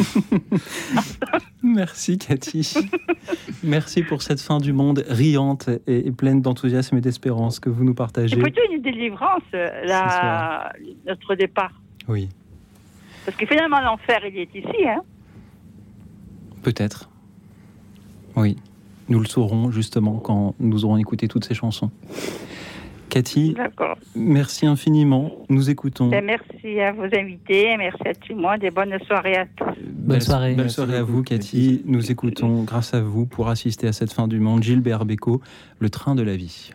Merci, Cathy. Merci pour cette fin du monde riante et, et pleine d'enthousiasme et d'espérance que vous nous partagez. C'est plutôt une délivrance, la, notre départ. Oui. Parce que finalement, l'enfer, il est ici, hein. Peut-être. Oui. Nous le saurons justement quand nous aurons écouté toutes ces chansons. Cathy, D'accord. merci infiniment. Nous écoutons. Ben, merci à vos invités, merci à tout le monde et bonne soirée à tous. Bonne soirée. Belle soirée à vous, Cathy. Nous écoutons, grâce à vous, pour assister à cette fin du monde, Gilbert Bécaud, Le train de la vie.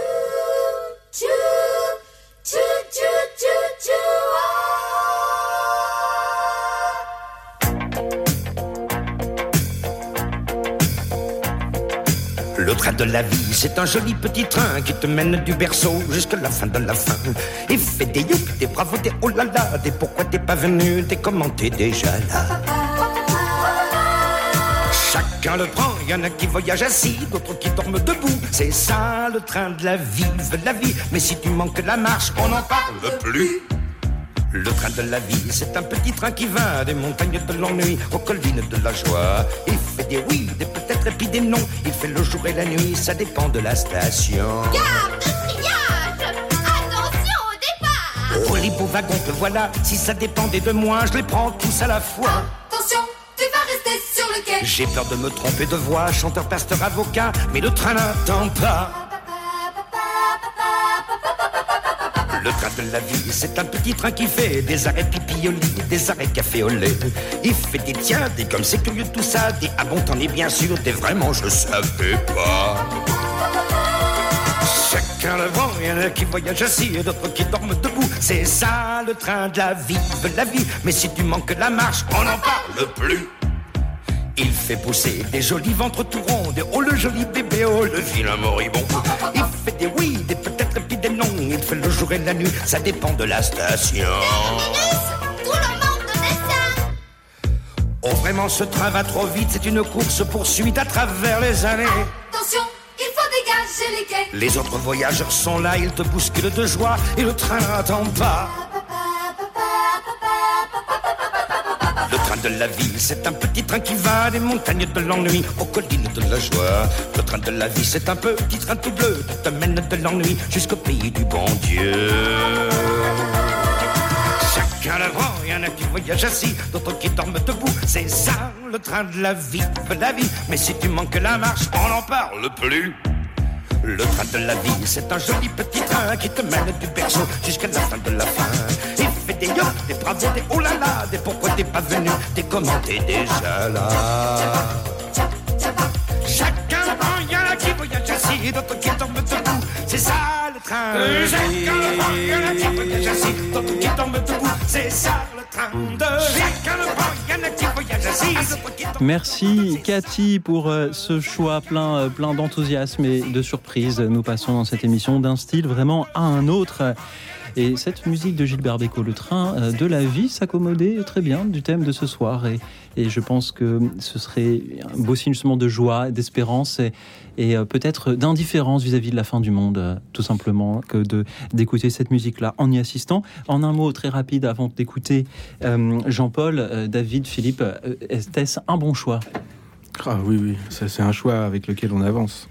Le train de la vie, c'est un joli petit train qui te mène du berceau jusqu'à la fin de la fin. Il fait des youp, des bravos, des oh là là, des pourquoi t'es pas venu, des comment t'es déjà là. Chacun le prend, y en a qui voyagent assis, d'autres qui dorment debout. C'est ça le train de la vie, de la vie. Mais si tu manques la marche, on n'en parle plus. Le train de la vie, c'est un petit train qui va des montagnes de l'ennui aux collines de la joie. Il fait des oui, des peut-être et puis des non. Il fait le jour et la nuit, ça dépend de la station. Garde de triage, attention au départ. Oh, les beaux wagons que voilà, si ça dépendait de moi, je les prends tous à la fois. Attention, tu vas rester sur le quai. J'ai peur de me tromper de voix, chanteur, pasteur, avocat, mais le train n'attend pas. Le train de la vie, c'est un petit train qui fait des arrêts pipi au lit, des arrêts café au lait. Il fait des tiens, des comme c'est curieux tout ça, des ah bon t'en es bien sûr, des vraiment je savais pas. Chacun le vent, il y en a qui voyagent assis et d'autres qui dorment debout. C'est ça le train de la vie, de la vie. Mais si tu manques la marche, on n'en parle plus. Il fait pousser des jolis ventres tout ronds, des oh le joli bébé, oh le vilain moribond. Il fait des oui, des peut-être puis des non. Il fait le jour et la nuit, ça dépend de la station. Tout le monde de dessin. Oh vraiment ce train va trop vite, c'est une course poursuite à travers les années. Attention, il faut dégager les quais. Les autres voyageurs sont là, ils te bousculent de joie et le train n'attend pas. Le train de la vie, c'est un petit train qui va des montagnes de l'ennui aux collines de la joie. Le train de la vie, c'est un petit train tout bleu qui te mène de l'ennui jusqu'au pays du bon Dieu. Chacun le vent, il y en a qui voyagent assis, d'autres qui dorment debout. C'est ça, le train de la vie, de la vie. Mais si tu manques la marche, on n'en parle plus. Le train de la vie, c'est un joli petit train qui te mène du berceau jusqu'à la fin de la fin. Il fait des yo, des bravos, des oh là là, des pourquoi t'es pas venu, des comment t'es déjà là. Chacun le vent, il y en a qui voyagent assis, d'autres qui dorment debout. C'est ça le train. Chacun le vent, il y en a qui voyagent assis, d'autres qui dorment debout. C'est ça le train de vie. Chacun le vent, il y en a qui voyagent assis, d'autres qui dorment debout. Merci Cathy pour euh, ce choix plein, euh, plein d'enthousiasme et de surprise. Nous passons dans cette émission d'un style vraiment à un autre. Et cette musique de Gilbert Bécaud, le train euh, de la vie, s'accommodait très bien du thème de ce soir. Et, et je pense que ce serait un beau signe justement de joie, d'espérance et, et euh, peut-être d'indifférence vis-à-vis de la fin du monde, euh, tout simplement, que de, d'écouter cette musique-là en y assistant. En un mot très rapide avant d'écouter euh, Jean-Paul, euh, David, Philippe, euh, était-ce un bon choix ? Ah oui, oui, ça, c'est un choix avec lequel on avance.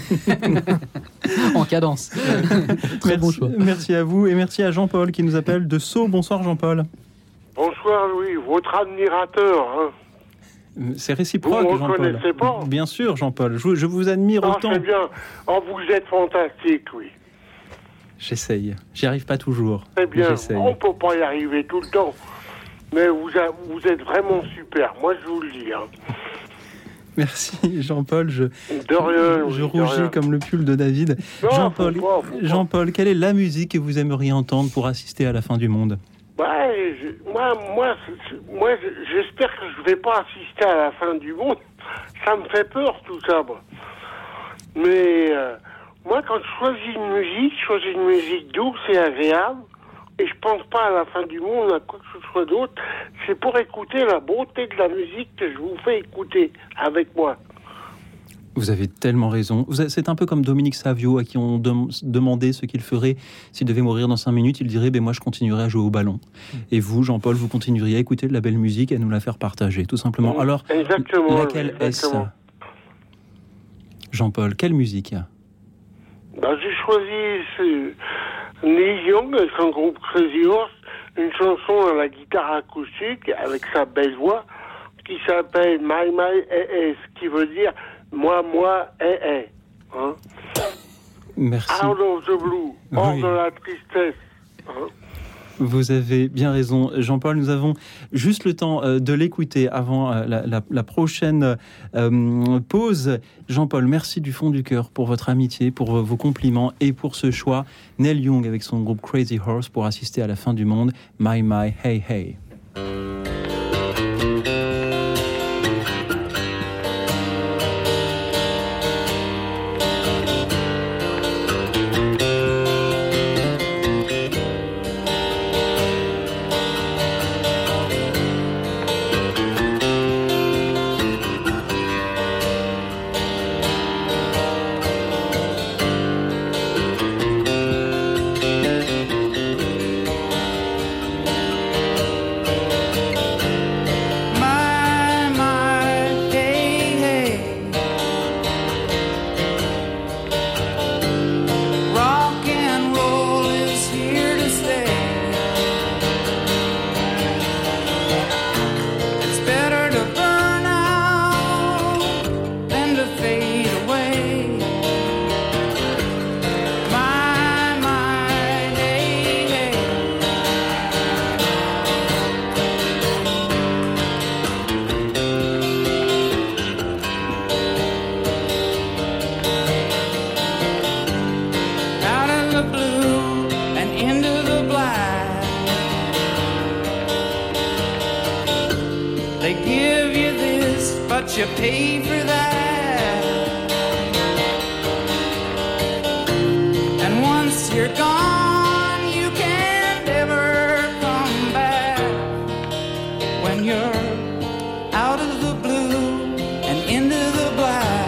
En cadence. Très merci, bon choix. Merci à vous et merci à Jean-Paul qui nous appelle de Sceaux. Bonsoir Jean-Paul. Bonsoir Louis, votre admirateur. Hein. C'est réciproque, vous me Jean-Paul. reconnaissez pas ? Bien sûr, Jean-Paul. Je, je vous admire Ah, autant. c'est bien. Oh, vous êtes fantastique, oui. J'essaye. J'y arrive pas toujours. C'est bien. J'essaye. On peut pas y arriver tout le temps. Mais vous, a, vous êtes vraiment super. Moi, je vous le dis. Hein. Merci Jean-Paul. Je, de rien, je oui, rougis de rien. comme le pull de David. Non, Jean-Paul, faut pas, faut pas. Jean-Paul, quelle est la musique que vous aimeriez entendre pour assister à la fin du monde ? Ouais, je- moi, moi, c'est- moi, je- j'espère que je vais pas assister à la fin du monde. Ça me fait peur, tout ça, moi. Mais euh, moi, quand je choisis une musique, je choisis une musique douce et agréable. Et je pense pas à la fin du monde, à quoi que ce soit d'autre. C'est pour écouter la beauté de la musique que je vous fais écouter avec moi. Vous avez tellement raison. Vous avez- C'est un peu comme Dominique Savio à qui on dem- demandait ce qu'il ferait s'il devait mourir dans cinq minutes. Il dirait ben moi je continuerai à jouer au ballon. Et vous, Jean-Paul, vous continueriez à écouter de la belle musique et à nous la faire partager, tout simplement. Alors, Exactement, laquelle oui, est-ce exactement. Jean-Paul, quelle musique ? Ben, j'ai choisi ce... Neil Young avec son groupe Crazy Horse, une chanson à la guitare acoustique avec sa belle voix qui s'appelle My My Eh Eh, ce qui veut dire moi moi eh eh. Hein? Merci. Out of the blue, hors Oui. de la tristesse. Hein? Vous avez bien raison, Jean-Paul. Nous avons juste le temps euh, de l'écouter avant euh, la, la- la prochaine euh, pause. Jean-Paul, merci du fond du cœur pour votre amitié, pour vos compliments et pour ce choix. Neil Young avec son groupe Crazy Horse pour assister à la fin du monde. My My Hey Hey. but you pay for that. And once you're gone, you can never come back. When you're out of the blue and into the black.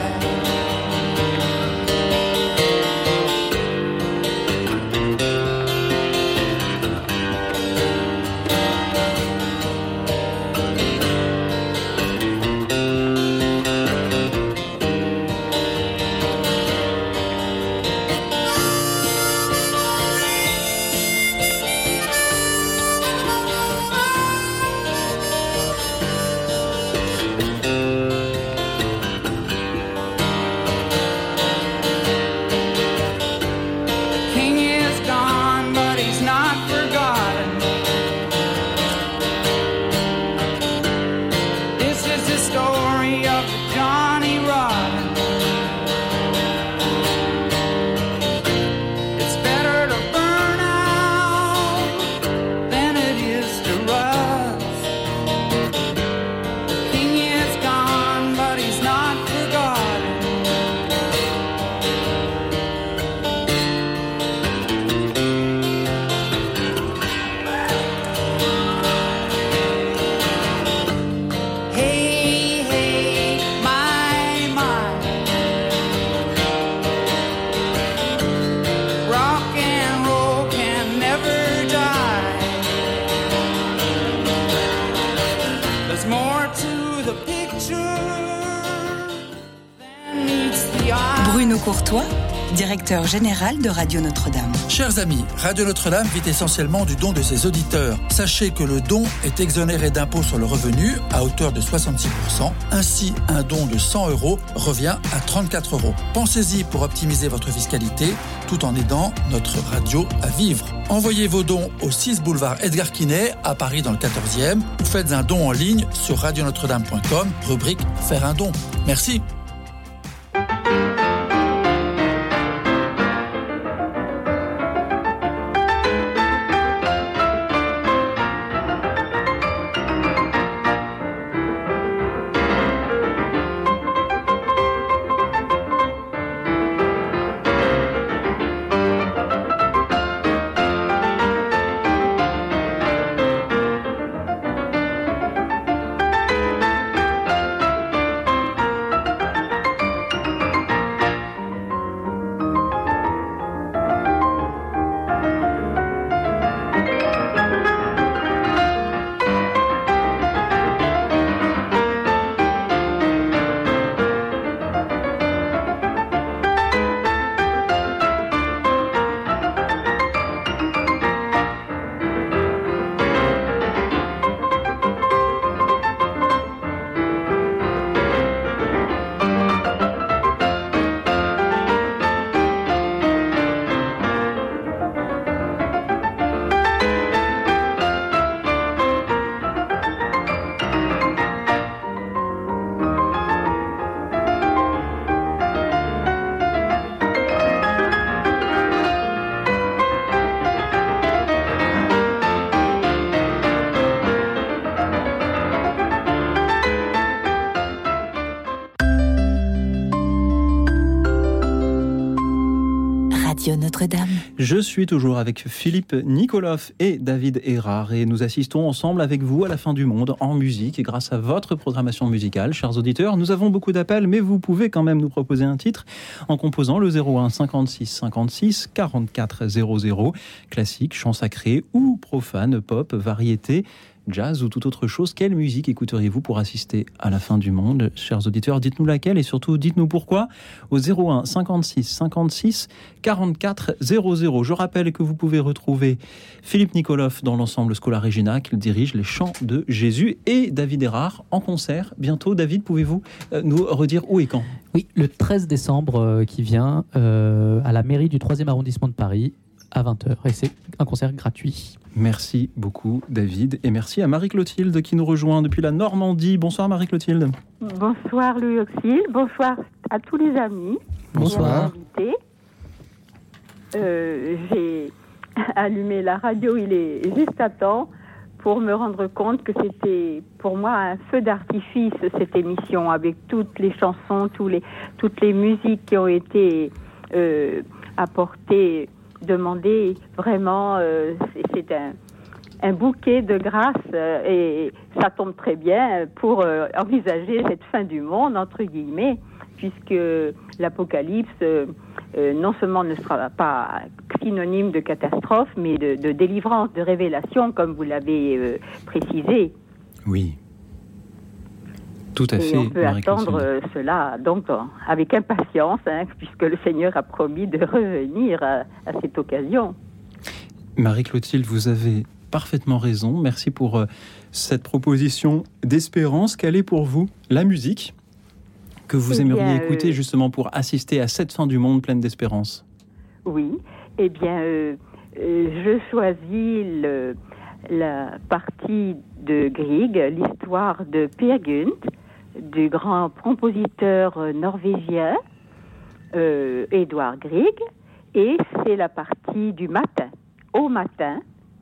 Bruno Courtois, directeur général de Radio Notre-Dame. Chers amis, Radio Notre-Dame vit essentiellement du don de ses auditeurs. Sachez que le don est exonéré d'impôt sur le revenu à hauteur de soixante-six pour cent. Ainsi, un don de cent euros revient à trente-quatre euros. Pensez-y pour optimiser votre fiscalité tout en aidant notre radio à vivre. Envoyez vos dons au six boulevard Edgar Quinet à Paris dans le quatorzième ou faites un don en ligne sur radio notre dame point com, rubrique Faire un don. Merci. Notre-Dame. Je suis toujours avec Philippe Nikoloff et David Erard et nous assistons ensemble avec vous à la fin du monde en musique et grâce à votre programmation musicale, chers auditeurs. Nous avons beaucoup d'appels, mais vous pouvez quand même nous proposer un titre en composant le zéro un cinquante-six cinquante-six quarante-quatre zéro zéro, classique, chant sacré ou profane, pop, variété, jazz ou toute autre chose. Quelle musique écouteriez-vous pour assister à la fin du monde? Chers auditeurs, dites-nous laquelle et surtout dites-nous pourquoi au zéro un cinquante-six cinquante-six quarante-quatre zéro zéro. Je rappelle que vous pouvez retrouver Philippe Nikoloff dans l'ensemble Schola Regina qu'il dirige les chants de Jésus et David Erard en concert bientôt. David, pouvez-vous nous redire où et quand? Oui, le treize décembre euh, qui vient euh, à la mairie du troisième arrondissement de Paris à vingt heures et c'est un concert gratuit. Merci beaucoup David et merci à Marie-Clotilde qui nous rejoint depuis la Normandie. Bonsoir Marie-Clotilde. Bonsoir Louis Auxil, bonsoir à tous les amis. Bonsoir. Euh, j'ai allumé la radio, il est juste à temps pour me rendre compte que c'était pour moi un feu d'artifice, cette émission, avec toutes les chansons, tous les, toutes les musiques qui ont été euh, apportées, demandées. Vraiment, euh, c'est, c'est un, un bouquet de grâce euh, et ça tombe très bien pour euh, envisager cette fin du monde, entre guillemets, puisque l'apocalypse, euh, euh, non seulement ne sera pas synonyme de catastrophe, mais de, de délivrance, de révélation, comme vous l'avez euh, précisé. Oui, tout à et fait. On peut attendre euh, cela donc euh, avec impatience, hein, puisque le Seigneur a promis de revenir à, à cette occasion. Marie-Clotilde, vous avez parfaitement raison. Merci pour euh, cette proposition d'espérance. Quelle est pour vous la musique que vous eh aimeriez bien, écouter euh... justement pour assister à cette fin du monde pleine d'espérance? Oui, eh bien, euh, euh, je choisis le, la partie de Grieg, l'histoire de Peer Gynt, du grand compositeur norvégien euh, Edvard Grieg, et c'est la partie du matin, au matin,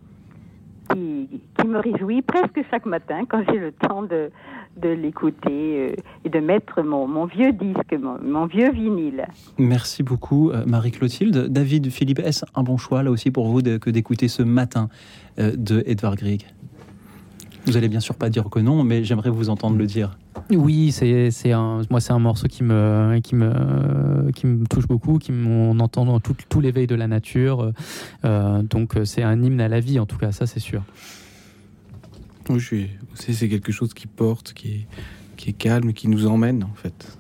qui, qui me réjouit presque chaque matin quand j'ai le temps de, de l'écouter euh, et de mettre mon, mon vieux disque, mon, mon vieux vinyle. Merci beaucoup euh, Marie-Clotilde. David, Philippe, est-ce un bon choix là aussi pour vous de, que d'écouter ce matin euh, de Edvard Grieg? Vous allez bien sûr pas dire que non, mais j'aimerais vous entendre le dire. Oui, c'est, c'est un, moi c'est un morceau qui me, qui me, qui me touche beaucoup, qui on entend dans tout, tout l'éveil de la nature. Euh, donc c'est un hymne à la vie en tout cas, ça c'est sûr. Oui, je suis, c'est, c'est quelque chose qui porte, qui est, qui est calme, qui nous emmène en fait.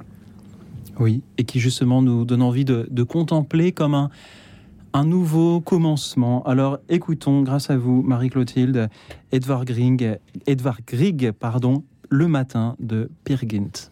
Oui, et qui justement nous donne envie de, de contempler comme un, un nouveau commencement. Alors écoutons, grâce à vous Marie-Clotilde, Edvard Grieg, Edvard Grieg, pardon, Le matin de Peer Gynt.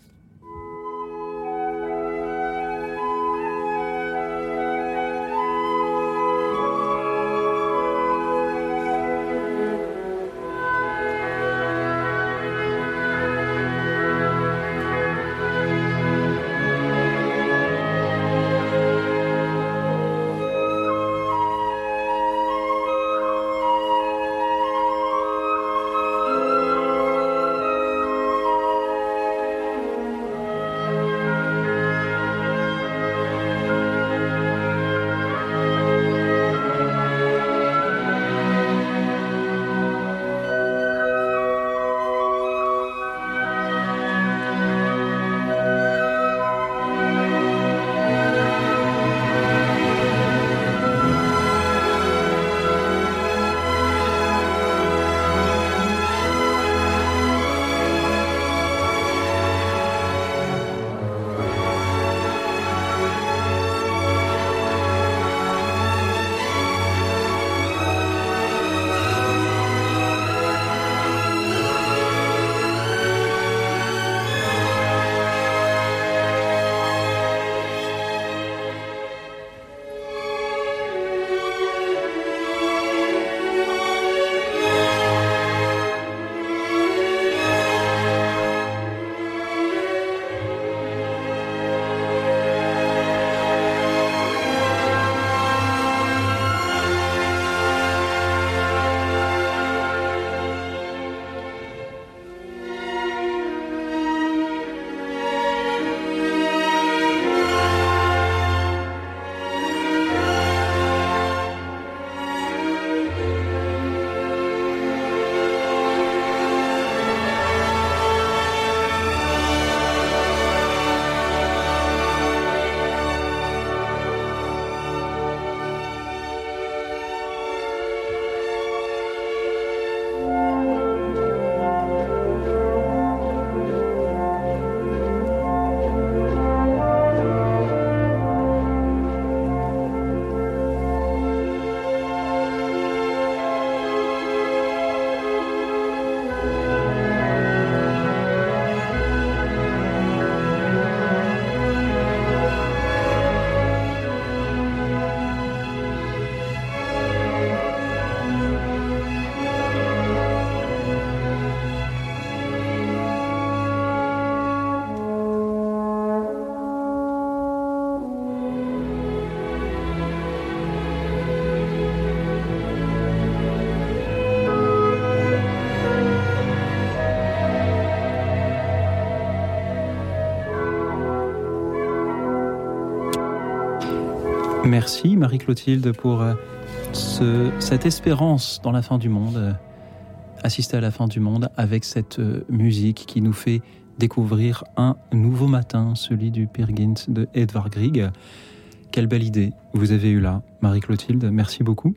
Merci Marie-Clotilde pour euh, ce, cette espérance dans la fin du monde, euh, assister à la fin du monde avec cette euh, musique qui nous fait découvrir un nouveau matin, celui du Peer Gynt de Edvard Grieg. Quelle belle idée vous avez eue là, Marie-Clotilde, merci beaucoup.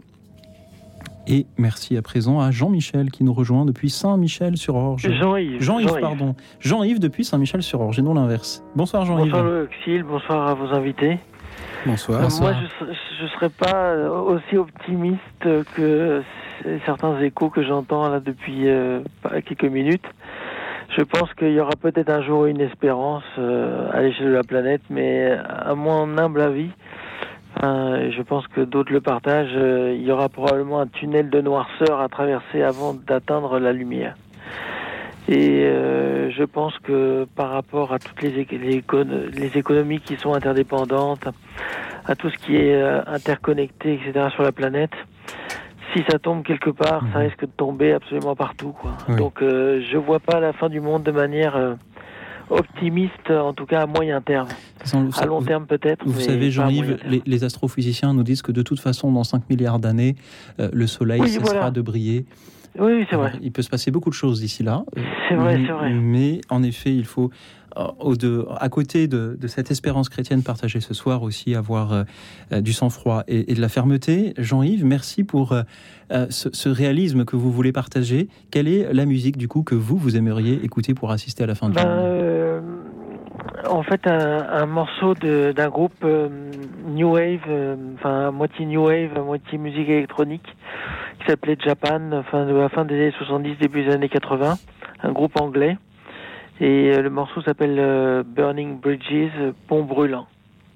Et merci à présent à Jean-Michel qui nous rejoint depuis Saint-Michel-sur-Orge. Jean-Yves. Jean-Yves, Jean-Yves. pardon. Jean-Yves depuis Saint-Michel-sur-Orge et non l'inverse. Bonsoir Jean-Yves. Bonsoir Louis Auxil, bonsoir à vos invités. Bonsoir. Euh, Bonsoir. Moi, je ne serais pas aussi optimiste que certains échos que j'entends là depuis euh, quelques minutes. Je pense qu'il y aura peut-être un jour une espérance euh, à l'échelle de la planète, mais à mon humble avis, euh, je pense que d'autres le partagent, euh, il y aura probablement un tunnel de noirceur à traverser avant d'atteindre la lumière. Et euh, je pense que par rapport à toutes les, éco- les, éco- les économies qui sont interdépendantes, à tout ce qui est euh, interconnecté, et cetera sur la planète, si ça tombe quelque part, mmh. ça risque de tomber absolument partout, quoi. Oui. Donc euh, je vois pas la fin du monde de manière euh, optimiste, en tout cas à moyen terme. Façon, à long vous, terme peut-être. Vous savez Jean-Yves, les, les astrophysiciens nous disent que de toute façon dans cinq milliards d'années, euh, le soleil oui, cessera voilà. de briller. Oui, oui, c'est vrai. Alors, il peut se passer beaucoup de choses d'ici là. C'est vrai, mais, c'est vrai. Mais en effet, il faut, euh, au de, à côté de, de cette espérance chrétienne partagée ce soir, aussi avoir euh, du sang-froid et, et de la fermeté. Jean-Yves, merci pour euh, ce, ce réalisme que vous voulez partager. Quelle est la musique, du coup, que vous, vous aimeriez écouter pour assister à la fin du ben, monde euh, En fait, un, un morceau de, d'un groupe euh, New Wave, euh, enfin, moitié New Wave, moitié musique électronique, qui s'appelait Japan, enfin, de la fin des années soixante-dix, début des années quatre-vingts, un groupe anglais. Et euh, le morceau s'appelle euh, Burning Bridges, Pont brûlant.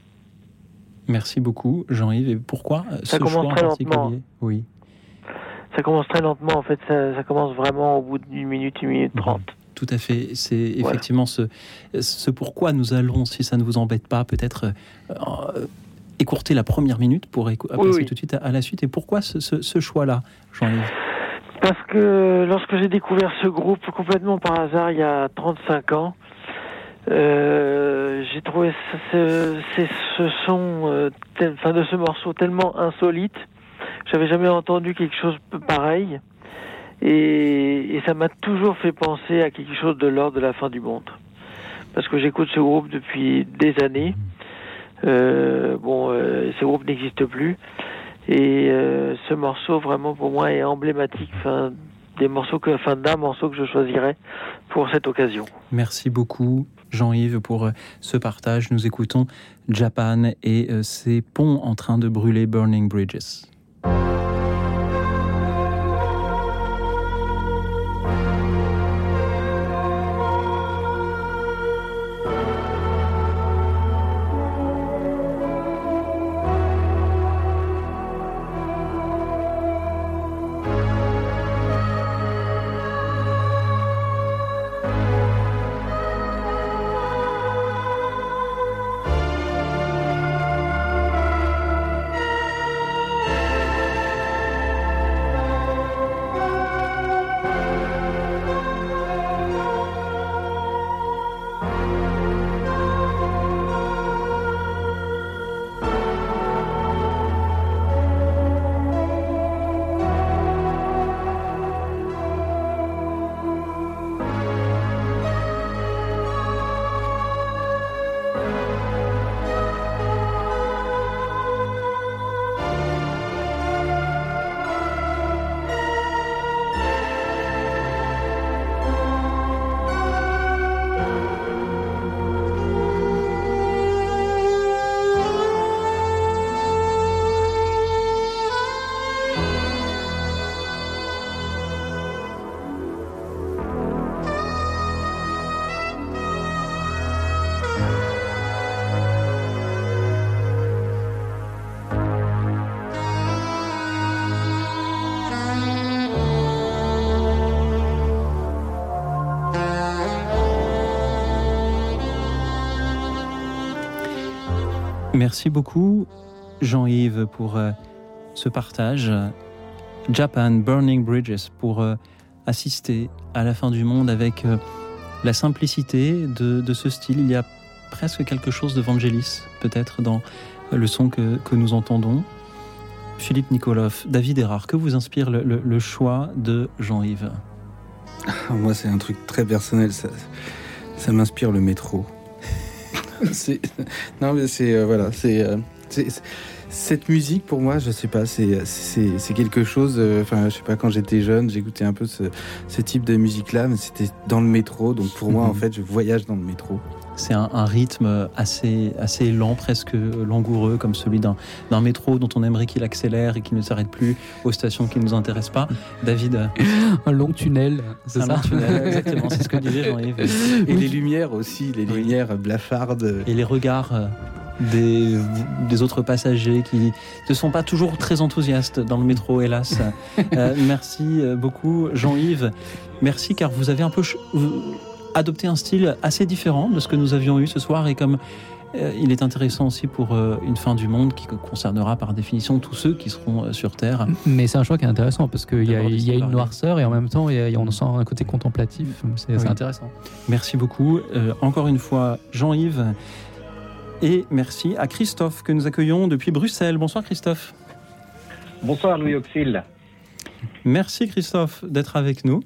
Merci beaucoup, Jean-Yves. Et pourquoi ce ça commence choix très en particulier lentement. Oui. Ça commence très lentement, en fait, ça, ça commence vraiment au bout d'une minute, une minute trente. Mmh. Tout à fait. C'est effectivement voilà. ce, ce pourquoi nous allons, si ça ne vous embête pas, peut-être euh, écourter la première minute pour écou- oui, passer oui. tout de suite à, à la suite. Et pourquoi ce, ce, ce choix-là, Jean-Yves ? Parce que lorsque j'ai découvert ce groupe complètement par hasard il y a trente-cinq ans, euh, j'ai trouvé ce, ce, ce son, euh, tel, enfin de ce morceau tellement insolite. J'avais jamais entendu quelque chose de pareil. Et, et ça m'a toujours fait penser à quelque chose de l'ordre de la fin du monde. Parce que j'écoute ce groupe depuis des années. Euh, bon, euh, ce groupe n'existe plus. Et euh, ce morceau, vraiment, pour moi, est emblématique fin, des morceaux que, fin, d'un morceau que je choisirais pour cette occasion. Merci beaucoup, Jean-Yves, pour euh, ce partage. Nous écoutons Japan et euh, ses ponts en train de brûler, Burning Bridges. Merci beaucoup, Jean-Yves, pour euh, ce partage. Japan, Burning Bridges, pour euh, assister à la fin du monde avec euh, la simplicité de, de ce style. Il y a presque quelque chose de Vangelis, peut-être, dans le son que, que nous entendons. Philippe Nikolov, David Erard, que vous inspire le, le, le choix de Jean-Yves ? Moi, c'est un truc très personnel. Ça, ça m'inspire le métro. c'est... Non, mais c'est... Euh, voilà, c'est, euh, c'est, c'est... Cette musique, pour moi, je sais pas, c'est, c'est, c'est quelque chose... Enfin, euh, je sais pas, quand j'étais jeune, j'écoutais un peu ce, ce type de musique-là, mais c'était dans le métro. Donc, pour moi, en fait, je voyage dans le métro. C'est un, un rythme assez, assez lent, presque langoureux, comme celui d'un, d'un métro dont on aimerait qu'il accélère et qu'il ne s'arrête plus aux stations qui ne nous intéressent pas. David ? Un long tunnel, c'est un ça ? Un long tunnel, exactement, c'est ce que disait Jean-Yves. Et oui. Les lumières aussi, les lumières blafardes. Et les regards des, des autres passagers qui ne sont pas toujours très enthousiastes dans le métro, hélas. euh, merci beaucoup, Jean-Yves. Merci, car vous avez un peu... Ch- adopté un style assez différent de ce que nous avions eu ce soir, et comme euh, il est intéressant aussi pour euh, une fin du monde qui concernera par définition tous ceux qui seront euh, sur Terre. Mais c'est un choix qui est intéressant parce qu'il y a, il y a une noirceur et en même temps il y a, on sent un côté contemplatif, c'est, oui. c'est intéressant. Merci beaucoup, euh, encore une fois Jean-Yves, et merci à Christophe que nous accueillons depuis Bruxelles. Bonsoir Christophe. Bonsoir Louis Auxil. Merci Christophe d'être avec nous.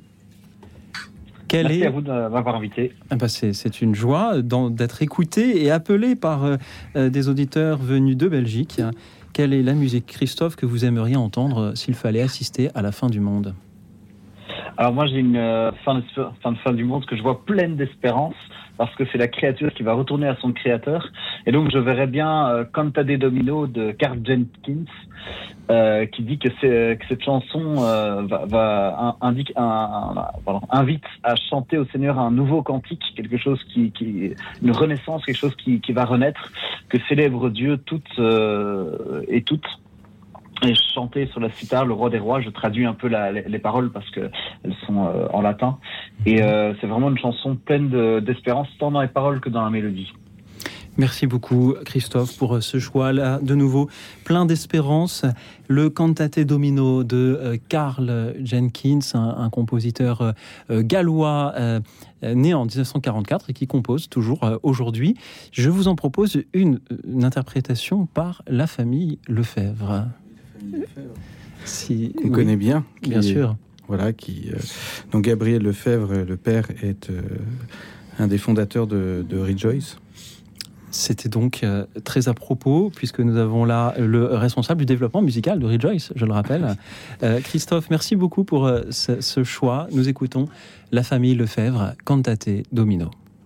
Quelle Merci est... à vous de m'avoir invité. Ah bah c'est, c'est une joie d'être écouté et appelé par euh, des auditeurs venus de Belgique. Quelle est la musique, Christophe, que vous aimeriez entendre s'il fallait assister à la fin du monde ? Alors moi j'ai une euh, fin, de, fin de fin du monde que je vois pleine d'espérance, parce que c'est la créature qui va retourner à son créateur. Et donc je verrais bien euh, Canta de Domino de Karl Jenkins, euh, qui dit que, c'est, que cette chanson euh, va, va un, indique, un, un, pardon, invite à chanter au Seigneur un nouveau cantique, quelque chose qui, qui une renaissance, quelque chose qui, qui va renaître, que célèbre Dieu toutes euh, et toutes. Et chanter sur la cithare, le roi des rois, je traduis un peu la, les, les paroles parce que elles sont euh, en latin. Et euh, c'est vraiment une chanson pleine de, d'espérance, tant dans les paroles que dans la mélodie. Merci beaucoup Christophe pour ce choix-là, de nouveau plein d'espérance. Le Cantate Domino de euh, Karl Jenkins, un, un compositeur euh, gallois euh, né en dix-neuf cent quarante-quatre et qui compose toujours euh, aujourd'hui. Je vous en propose une, une interprétation par la famille Lefebvre. Si, qu'on oui, connaît bien, bien est, sûr. Voilà, qui euh, donc Gabriel Lefebvre, le père, est euh, un des fondateurs de, de Rejoice. C'était donc euh, très à propos, puisque nous avons là le responsable du développement musical de Rejoice, je le rappelle. Euh, Christophe, merci beaucoup pour euh, ce, ce choix. Nous écoutons la famille Lefebvre, Cantate Domino.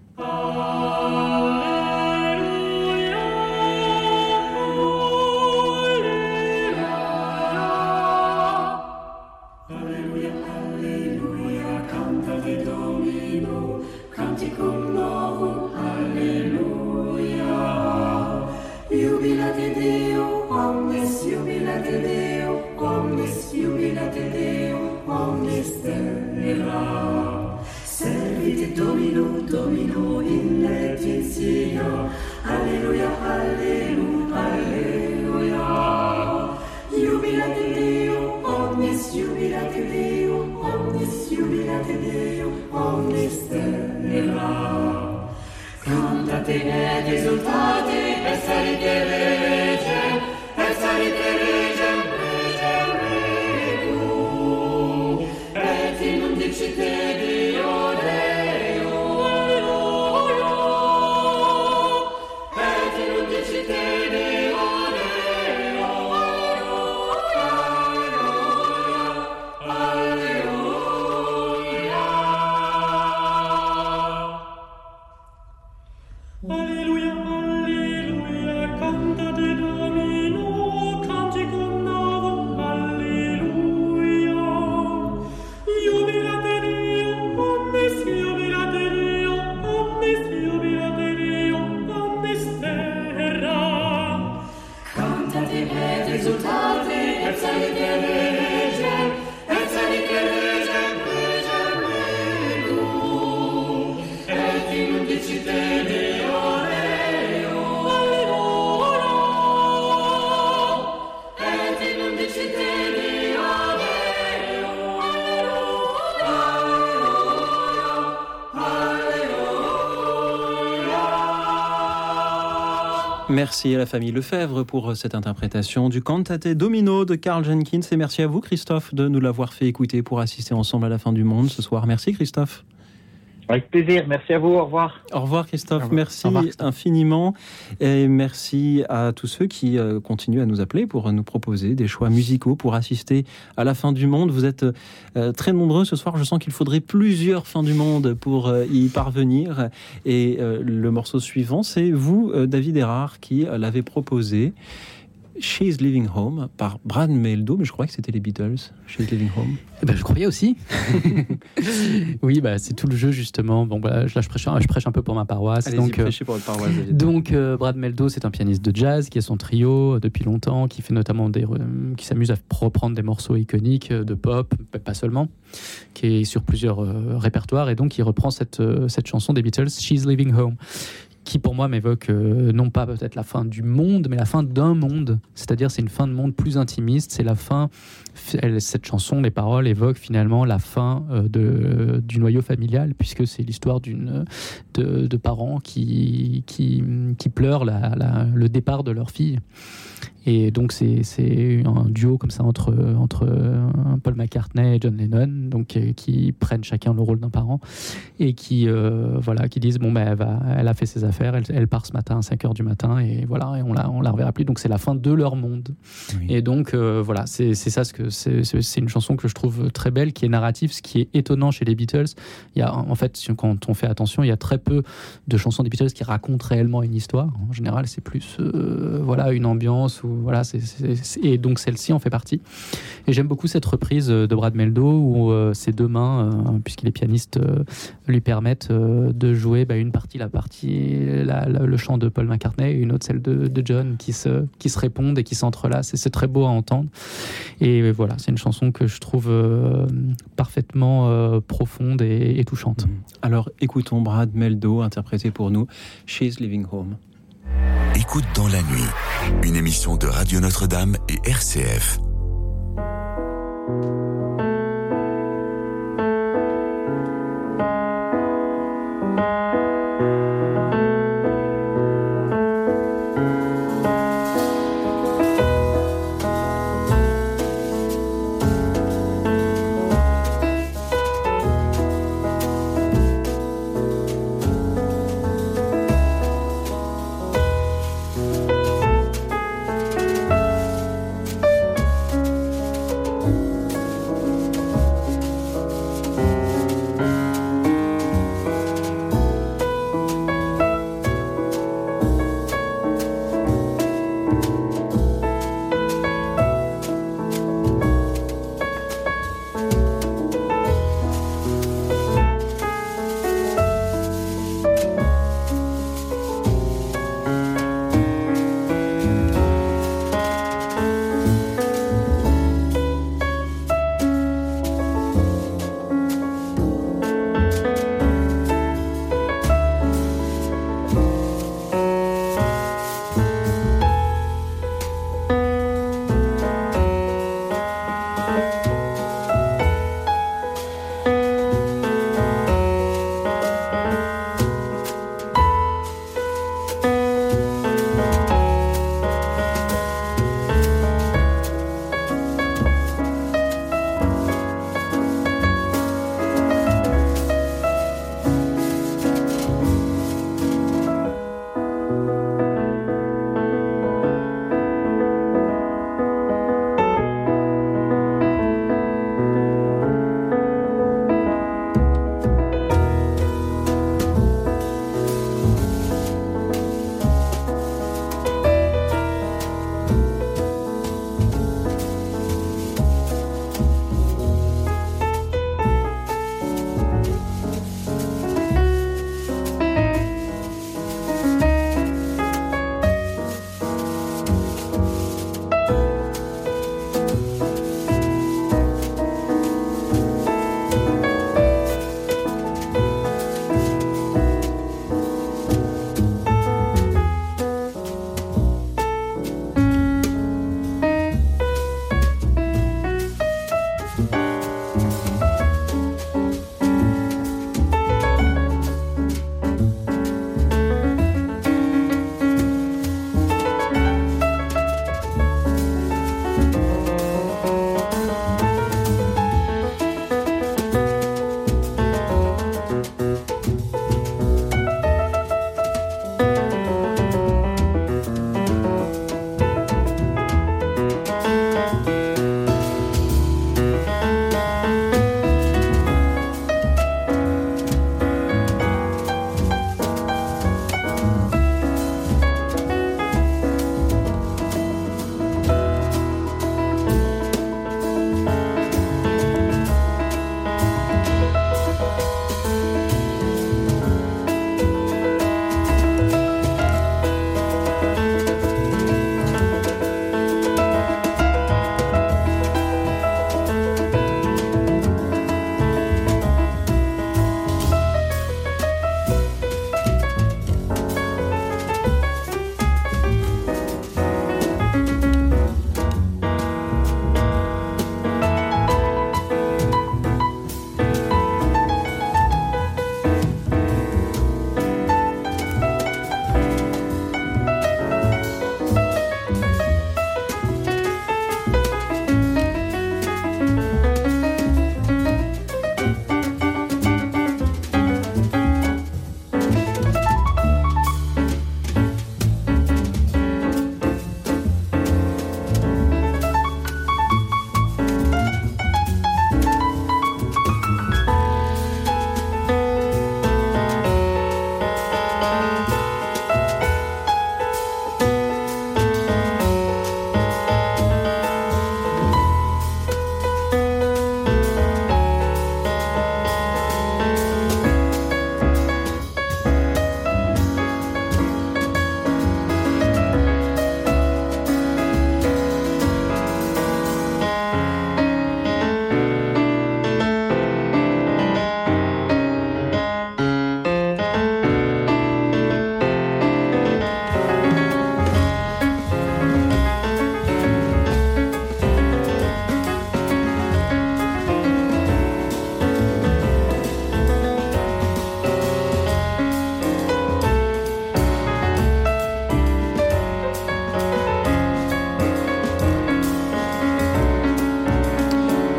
Domino, Domino, in letizia, alleluia, alleluia, alleluia. Jubilate Deo, omnis jubilate Deo, omnis jubilate Deo, omnis terra. Cantate et exultate, et salite regem, et salite regem, regem regum, et in undicite Deo Deo. Deo Merci à la famille Lefebvre pour cette interprétation du Cantate Domino de Karl Jenkins et merci à vous Christophe de nous l'avoir fait écouter pour assister ensemble à la fin du monde ce soir. Merci Christophe. Avec plaisir, merci à vous, au revoir. Au revoir Christophe, revoir. merci revoir. infiniment et merci à tous ceux qui euh, continuent à nous appeler pour nous proposer des choix musicaux pour assister à la fin du monde. Vous êtes euh, très nombreux ce soir, je sens qu'il faudrait plusieurs fins du monde pour euh, y parvenir et euh, le morceau suivant c'est vous euh, David Erard qui euh, l'avez proposé. She's Living Home par Brad Mehldau, mais je crois que c'était les Beatles. She's Living Home. Eh ben, je croyais aussi. Oui, bah, c'est tout le jeu justement. Bon, bah, là, je prêche, je prêche un peu pour ma paroisse. Allez-y, donc, prêchez pour votre paroisse, David. Donc, euh, Brad Mehldau, c'est un pianiste de jazz qui a son trio depuis longtemps, qui fait notamment des, euh, qui s'amuse à reprendre des morceaux iconiques de pop, pas seulement, qui est sur plusieurs euh, répertoires, et donc il reprend cette euh, cette chanson des Beatles, She's Living Home, qui pour moi m'évoque euh, non pas peut-être la fin du monde, mais la fin d'un monde. C'est-à-dire c'est une fin de monde plus intimiste, c'est la fin, elle, cette chanson, les paroles évoquent finalement la fin euh, de, du noyau familial, puisque c'est l'histoire d'une, de, de parents qui, qui, qui pleurent la, la, le départ de leur fille. Et donc c'est, c'est un duo comme ça entre, entre Paul McCartney et John Lennon, donc euh, qui prennent chacun le rôle d'un parent et qui euh, voilà, qui disent bon ben elle, va, elle a fait ses affaires, elle, elle part ce matin à cinq heures du matin et voilà, et on la on la reverra plus. Donc c'est la fin de leur monde. Oui. Et donc euh, voilà, c'est c'est ça ce que c'est, c'est c'est une chanson que je trouve très belle, qui est narrative, ce qui est étonnant chez les Beatles. Il y a en fait, quand on fait attention, il y a très peu de chansons des Beatles qui racontent réellement une histoire. En général, c'est plus euh, voilà, une ambiance ou voilà, c'est, c'est, c'est, et donc celle-ci en fait partie. Et j'aime beaucoup cette reprise de Brad Mehldau où euh, ses deux mains, euh, puisqu'il est pianiste, euh, lui permettent euh, de jouer bah, une partie, la partie, la, la, le chant de Paul McCartney, et une autre celle de, de John, qui se, qui se répondent et qui s'entrelacent. Et c'est très beau à entendre. Et voilà, c'est une chanson que je trouve euh, parfaitement euh, profonde et, et touchante. Alors écoutons Brad Mehldau interpréter pour nous She's Living Home. Écoute dans la nuit, une émission de Radio Notre-Dame et R C F.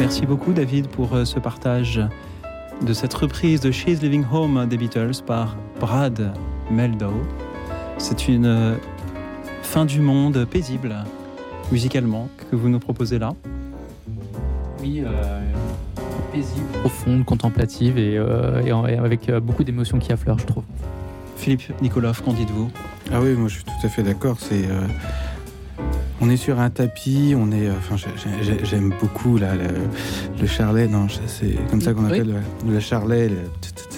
Merci beaucoup David pour ce partage de cette reprise de She's Living Home des Beatles par Brad Mehldau. C'est une fin du monde paisible, musicalement, que vous nous proposez là. Oui, euh, paisible, profonde, contemplative et, euh, et, et avec beaucoup d'émotions qui affleurent, je trouve. Philippe Nikolov, qu'en dites-vous ? Ah oui, moi je suis tout à fait d'accord. C'est, euh, on est sur un tapis, on est, enfin, euh, j'ai, j'aime beaucoup là, le, le charlet. Non, c'est comme ça qu'on appelle oui. le, le charlet. Le...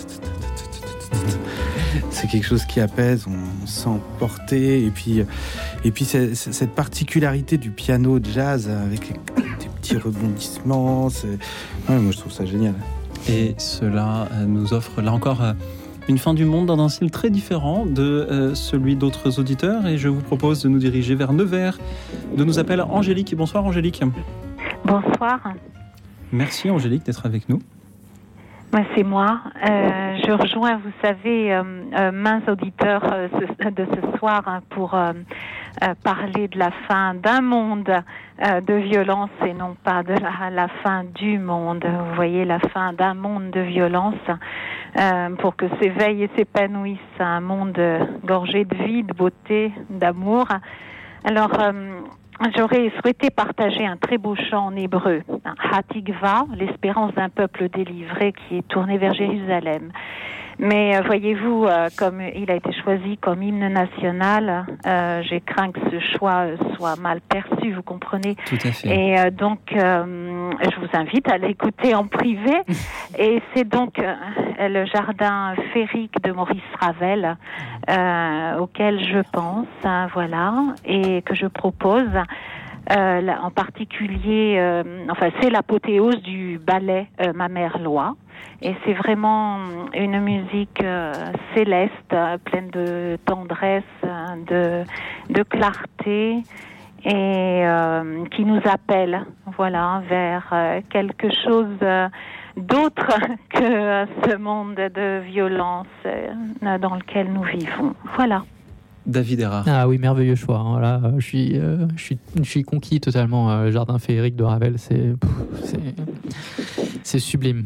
C'est quelque chose qui apaise, on se sent porté. Et puis, et puis c'est, c'est cette particularité du piano jazz avec des petits rebondissements. C'est... Ouais, moi je trouve ça génial. Et cela nous offre là encore une fin du monde dans un style très différent de euh, celui d'autres auditeurs. Et je vous propose de nous diriger vers Nevers, de nous appeler Angélique. Bonsoir Angélique. Bonsoir. Merci Angélique d'être avec nous. Ouais, c'est moi. Euh, je rejoins, vous savez, euh, euh, mains auditeurs euh, ce, de ce soir hein, pour euh, euh, parler de la fin d'un monde euh, de violence et non pas de la, la fin du monde. Vous voyez, la fin d'un monde de violence euh, pour que s'éveille et s'épanouisse un monde gorgé de vie, de beauté, d'amour. Alors, euh, j'aurais souhaité partager un très beau chant en hébreu, Hatikva, l'espérance d'un peuple délivré qui est tourné vers Jérusalem. Mais euh, voyez-vous, euh, comme il a été choisi comme hymne national, euh, j'ai craint que ce choix soit mal perçu, vous comprenez ? Tout à fait. Et euh, donc, euh, je vous invite à l'écouter en privé. Et c'est donc euh, le jardin féerique de Maurice Ravel euh, auquel je pense, hein, voilà, et que je propose. Euh, là, en particulier, euh, enfin, c'est l'apothéose du ballet euh, Ma Mère Loi. Et c'est vraiment une musique euh, céleste, euh, pleine de tendresse, de, de clarté, et euh, qui nous appelle, voilà, vers euh, quelque chose euh, d'autre que ce monde de violence euh, dans lequel nous vivons. Voilà. David Erard. Ah oui, merveilleux choix. Hein. Là, je suis, euh, je suis, je suis conquis totalement. Euh, Jardin féerique de Ravel, c'est, c'est, c'est sublime.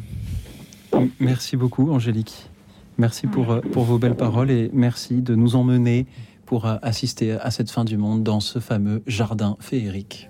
Merci beaucoup, Angélique. Merci pour, pour vos belles paroles et merci de nous emmener pour assister à cette fin du monde dans ce fameux jardin féerique.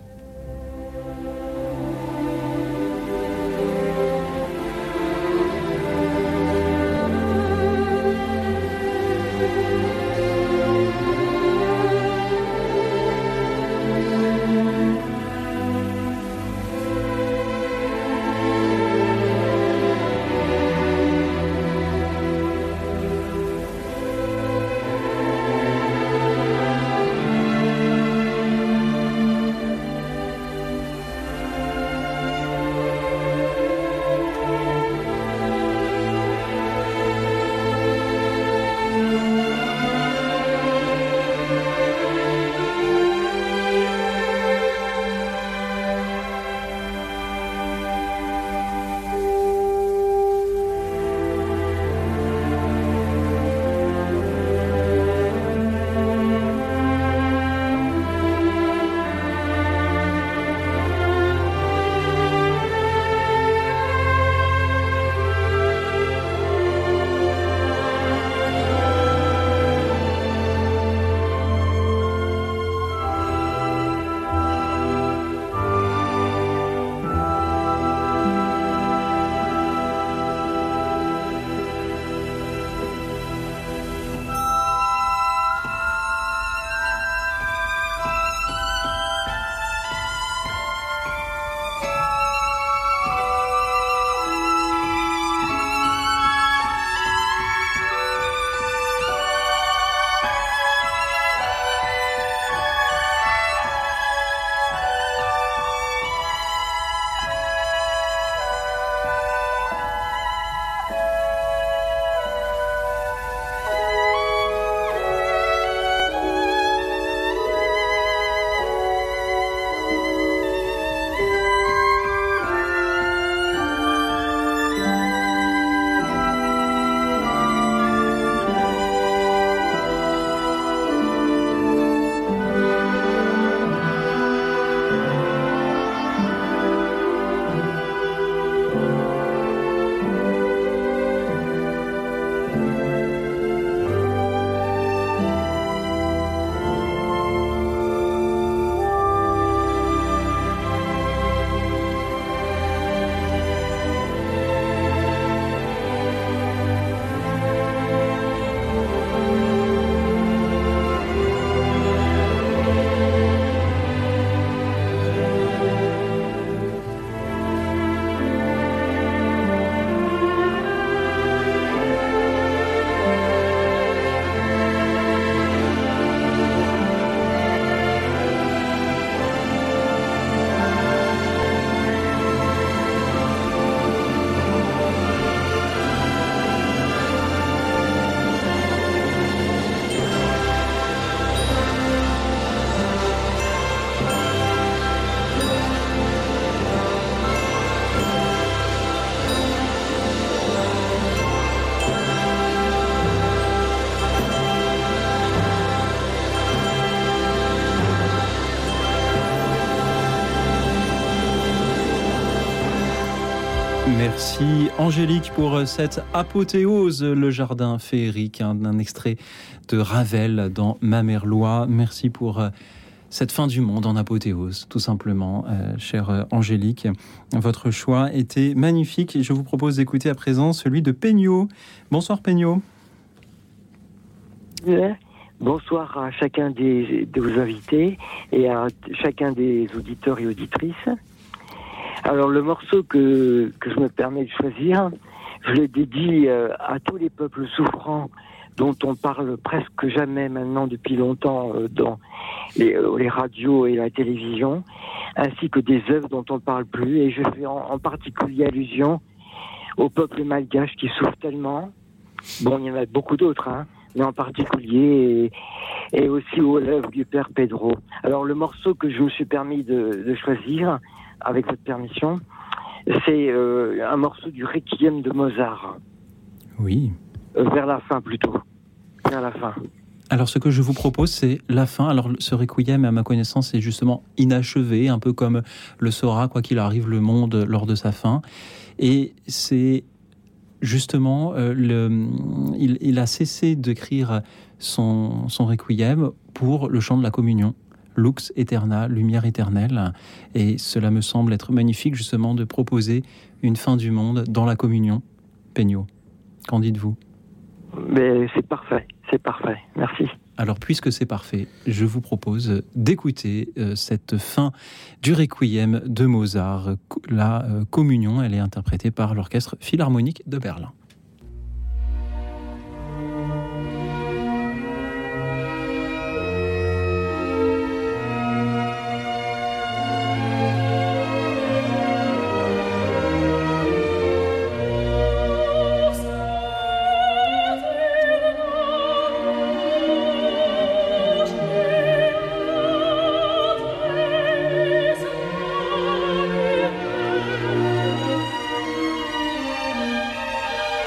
Merci Angélique pour cette apothéose, le jardin féerique, un, un extrait de Ravel dans Mamerlois. Merci pour cette fin du monde en apothéose, tout simplement, euh, chère Angélique. Votre choix était magnifique et je vous propose d'écouter à présent celui de Peignot. Bonsoir Peignot. Bonsoir à chacun des, de vos invités et à chacun des auditeurs et auditrices. Alors le morceau que, que je me permets de choisir, je le dédie euh, à tous les peuples souffrants dont on parle presque jamais maintenant depuis longtemps euh, dans les, euh, les radios et la télévision, ainsi que des œuvres dont on ne parle plus. Et je fais en, en particulier allusion au peuple malgache qui souffre tellement. Bon, il y en a beaucoup d'autres, hein, mais en particulier, et, et aussi aux œuvres du père Pedro. Alors le morceau que je me suis permis de, de choisir, avec votre permission, c'est euh, un morceau du Requiem de Mozart. Oui. Euh, vers la fin plutôt. Vers la fin. Alors ce que je vous propose, c'est la fin. Alors ce Requiem, à ma connaissance, est justement inachevé, un peu comme le saura, quoi qu'il arrive, le monde lors de sa fin. Et c'est justement, euh, le, il, il a cessé d'écrire son, son Requiem pour le chant de la communion. Lux Aeterna, lumière éternelle. Et cela me semble être magnifique, justement, de proposer une fin du monde dans la communion. Peignot, qu'en dites-vous ? Mais c'est parfait, c'est parfait. Merci. Alors, puisque c'est parfait, je vous propose d'écouter euh, cette fin du Requiem de Mozart. La euh, communion, elle est interprétée par l'Orchestre Philharmonique de Berlin. Thank you.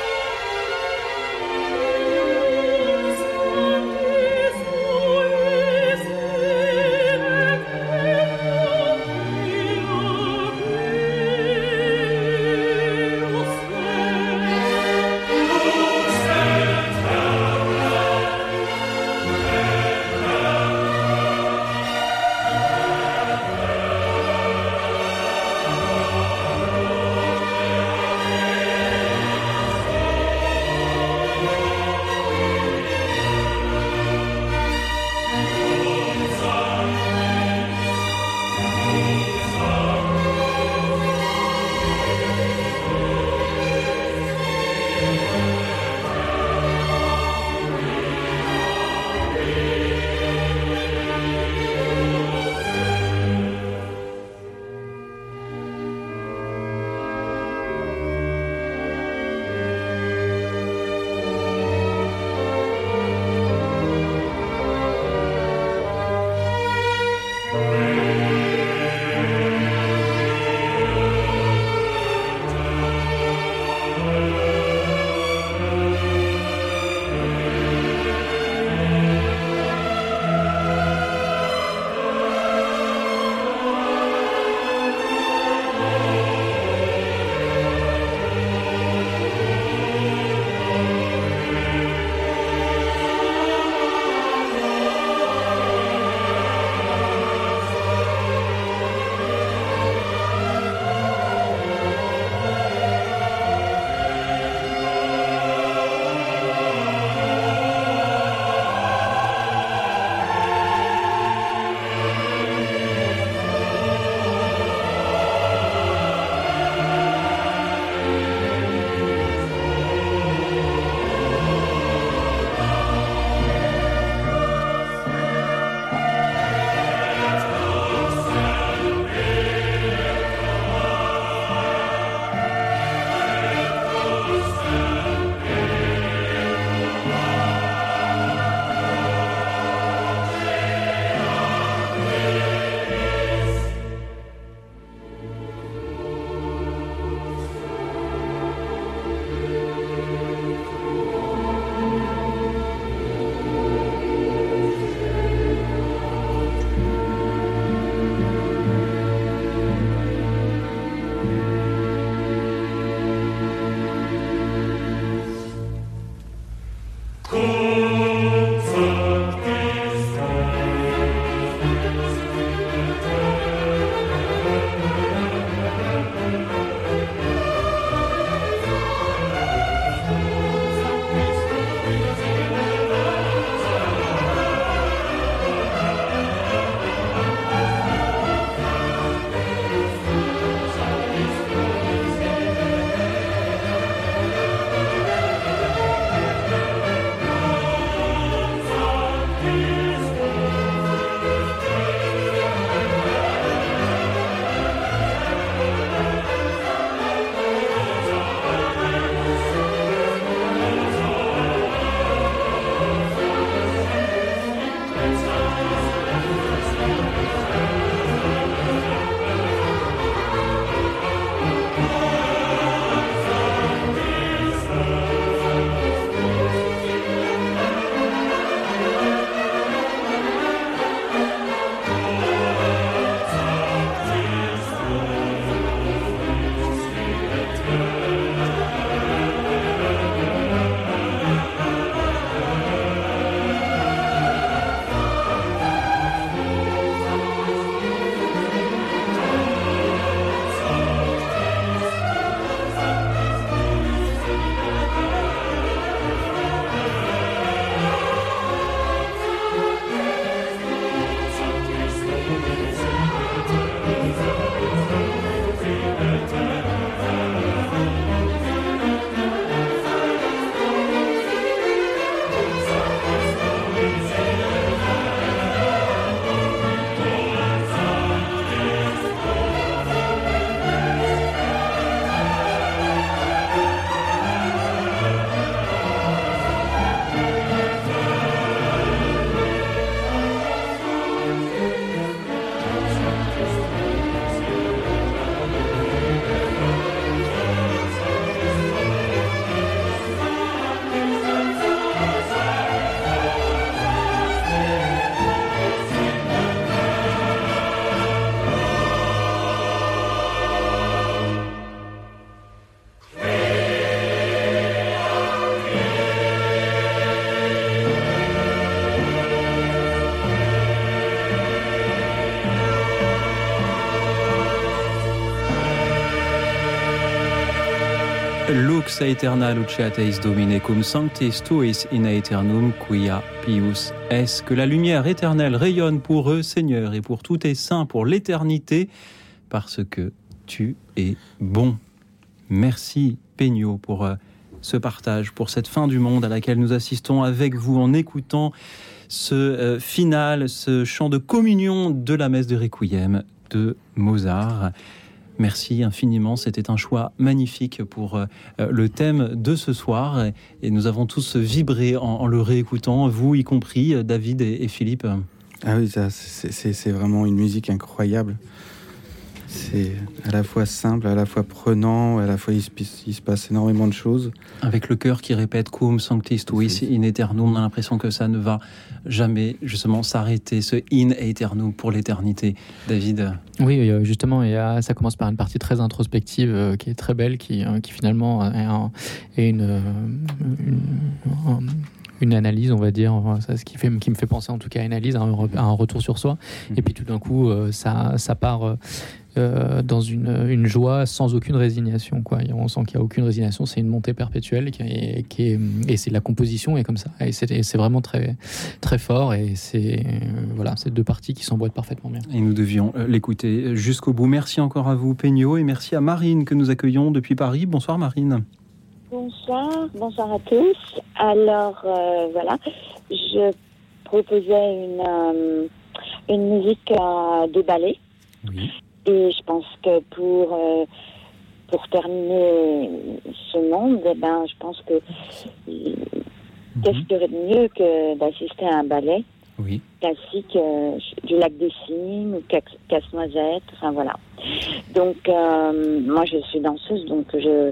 Lux aeterna luceateis Domine, cum sanctis tuis in aeternum quia pius est. Que la lumière éternelle rayonne pour eux, Seigneur, et pour tous tes saints, pour l'éternité, parce que tu es bon. Merci, Peño, pour euh, ce partage, pour cette fin du monde à laquelle nous assistons avec vous en écoutant ce euh, final, ce chant de communion de la messe de Requiem de Mozart. Merci infiniment, c'était un choix magnifique pour euh, le thème de ce soir et, et nous avons tous vibré en, en le réécoutant, vous y compris, David et, et Philippe. Ah oui, ça, c'est, c'est, c'est vraiment une musique incroyable. C'est à la fois simple, à la fois prenant, à la fois il se, il se passe énormément de choses. Avec le cœur qui répète Cum sanctis tuis in aeternum, on a l'impression que ça ne va jamais justement s'arrêter, ce in aeternum pour l'éternité. David? Oui, justement, il y a, ça commence par une partie très introspective euh, qui est très belle, qui, euh, qui finalement est, un, est une, euh, une, un, une analyse, on va dire, ça, ce qui, fait, qui me fait penser en tout cas à une analyse, à un, à un retour sur soi. Mmh. Et puis tout d'un coup, euh, ça, ça part... Euh, Euh, dans une, une joie sans aucune résignation, quoi. Et on sent qu'il n'y a aucune résignation, c'est une montée perpétuelle qui est, qui est, et c'est la composition est comme ça. Et c'est, et c'est vraiment très, très fort et c'est, euh, voilà, c'est deux parties qui s'emboîtent parfaitement bien. Et nous devions l'écouter jusqu'au bout. Merci encore à vous, Peño, et merci à Marine que nous accueillons depuis Paris. Bonsoir Marine. Bonsoir, bonsoir à tous. Alors euh, voilà, je proposais une, euh, une musique euh, de ballet. Oui. Et je pense que pour, euh, pour terminer ce monde, eh ben, je pense que mm-hmm. qu'est-ce qu'il y aurait de mieux que d'assister à un ballet oui. classique euh, du Lac des Cygnes ou Casse-Noisette, enfin voilà. Donc, euh, moi je suis danseuse, donc je,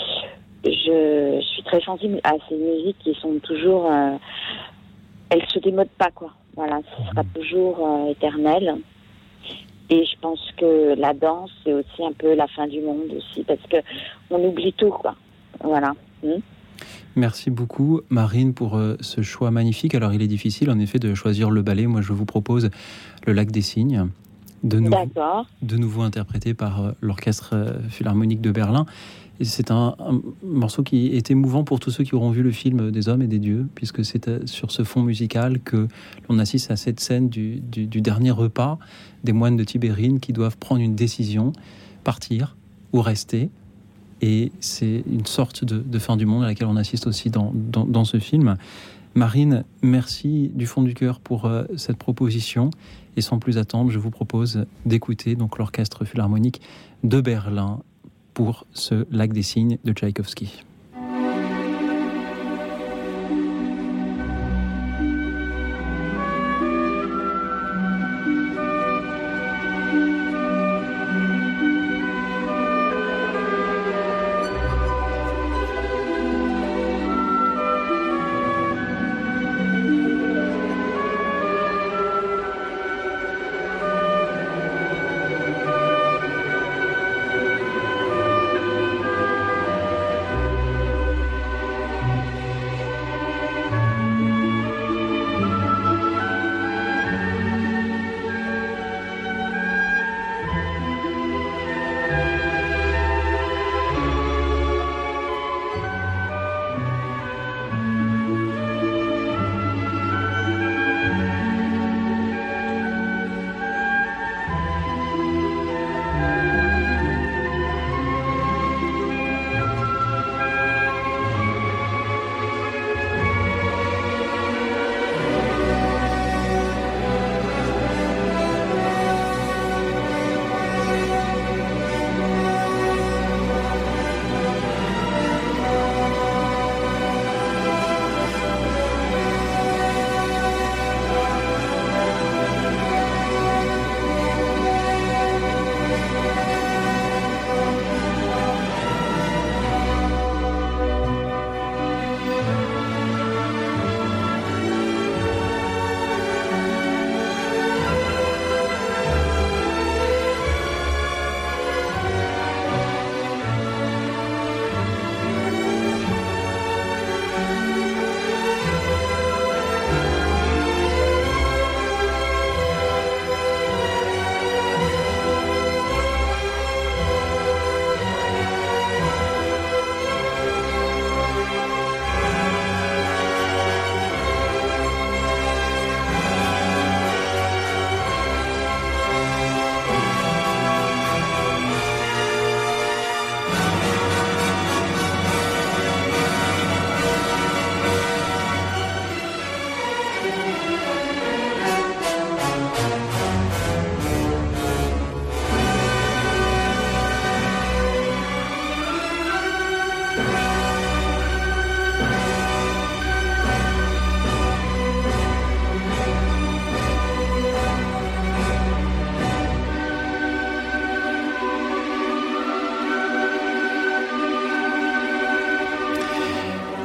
je suis très sensible à ces musiques qui sont toujours... Euh, elles se démodent pas, quoi. Voilà, ce sera mm-hmm. toujours euh, éternel. Et je pense que la danse, c'est aussi un peu la fin du monde aussi, parce que on oublie tout, quoi. Voilà. Mmh. Merci beaucoup, Marine, pour euh, ce choix magnifique. Alors, il est difficile, en effet, de choisir le ballet. Moi, je vous propose le Lac des Cygnes, de nouveau, de nouveau interprété par euh, l'Orchestre euh, Philharmonique de Berlin. Et c'est un, un morceau qui est émouvant pour tous ceux qui auront vu le film des Hommes et des Dieux, puisque c'est sur ce fond musical que l'on assiste à cette scène du, du, du dernier repas des moines de Tibérine qui doivent prendre une décision, partir ou rester. Et c'est une sorte de, de fin du monde à laquelle on assiste aussi dans, dans, dans ce film. Marine, merci du fond du cœur pour euh, cette proposition. Et sans plus attendre, je vous propose d'écouter donc l'Orchestre Philharmonique de Berlin pour ce Lac des Cygnes de Tchaïkovski.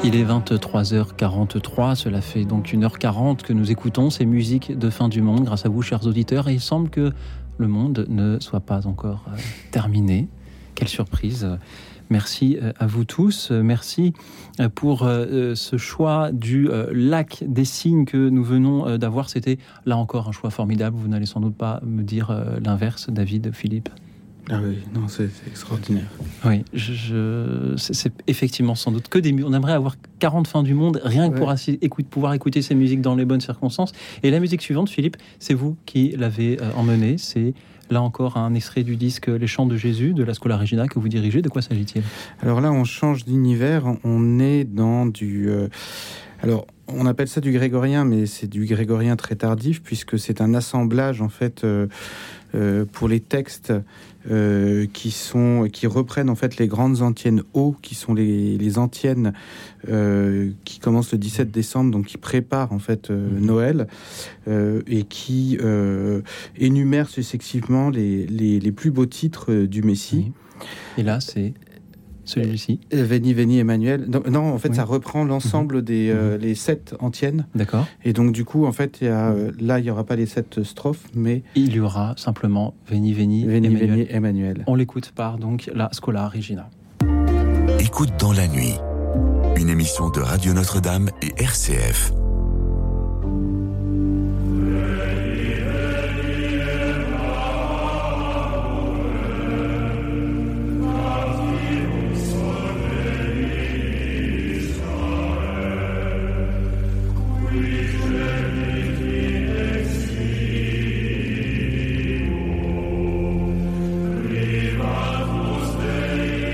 Il est vingt-trois heures quarante-trois, cela fait donc une heure quarante que nous écoutons ces musiques de fin du monde grâce à vous, chers auditeurs, et il semble que le monde ne soit pas encore euh, terminé. Quelle surprise! Merci à vous tous. Merci pour euh, ce choix du euh, lac des cygnes que nous venons euh, d'avoir. C'était là encore un choix formidable. Vous n'allez sans doute pas me dire euh, l'inverse, David, Philippe. Ah oui, non, c'est, c'est extraordinaire. Oui, je, je, c'est, c'est effectivement sans doute que des musiques. On aimerait avoir quarante fins du monde, rien que ouais. pour assi- écoute, pouvoir écouter ces musiques dans les bonnes circonstances. Et la musique suivante, Philippe, c'est vous qui l'avez euh, emmenée. C'est là encore un extrait du disque Les Chants de Jésus de la Schola Regina que vous dirigez. De quoi s'agit-il? Alors là, on change d'univers. On est dans du... Euh, alors... On appelle ça du grégorien, mais c'est du grégorien très tardif, puisque c'est un assemblage, en fait, euh, euh, pour les textes euh, qui, sont, qui reprennent, en fait, les grandes antiennes O, qui sont les, les antiennes euh, qui commencent le dix-sept décembre, donc qui préparent, en fait, euh, Noël, euh, et qui euh, énumèrent successivement les, les, les plus beaux titres du Messie. Et là, c'est... celui-ci. Veni, Veni, Emmanuel. Non, non en fait, oui. ça reprend l'ensemble mmh. des euh, les sept antiennes. D'accord. Et donc, du coup, en fait, il y a, euh, là, il n'y aura pas les sept strophes, mais... Il y aura simplement Veni, Veni, Veni, Emmanuel. Veni, Emmanuel. On l'écoute par donc la Schola Regina. Écoute dans la nuit. Une émission de Radio Notre-Dame et R C F.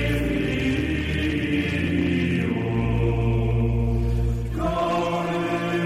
Glory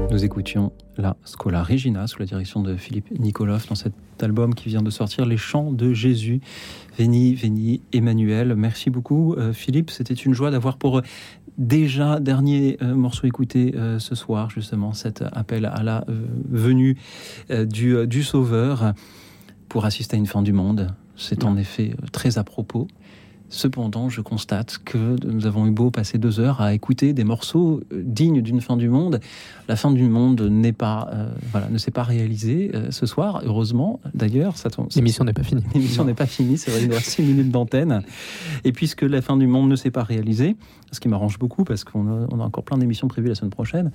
Nous écoutions la Scola Regina sous la direction de Philippe Nicolov dans cet album qui vient de sortir, Les Chants de Jésus. Veni, Veni, Emmanuel. Merci beaucoup euh, Philippe, c'était une joie d'avoir pour euh, déjà dernier euh, morceau écouté euh, ce soir, justement cet appel à la euh, venue euh, du, euh, du Sauveur pour assister à une fin du monde. C'est en effet euh, très à propos. Cependant, je constate que nous avons eu beau passer deux heures à écouter des morceaux dignes d'une fin du monde. La fin du monde n'est pas, euh, voilà, ne s'est pas réalisée euh, ce soir, heureusement. D'ailleurs, ça tombe. L'émission n'est pas finie. L'émission n'est pas finie, c'est vrai, il nous reste six minutes d'antenne. Et puisque la fin du monde ne s'est pas réalisée, ce qui m'arrange beaucoup parce qu'on a, on a encore plein d'émissions prévues la semaine prochaine,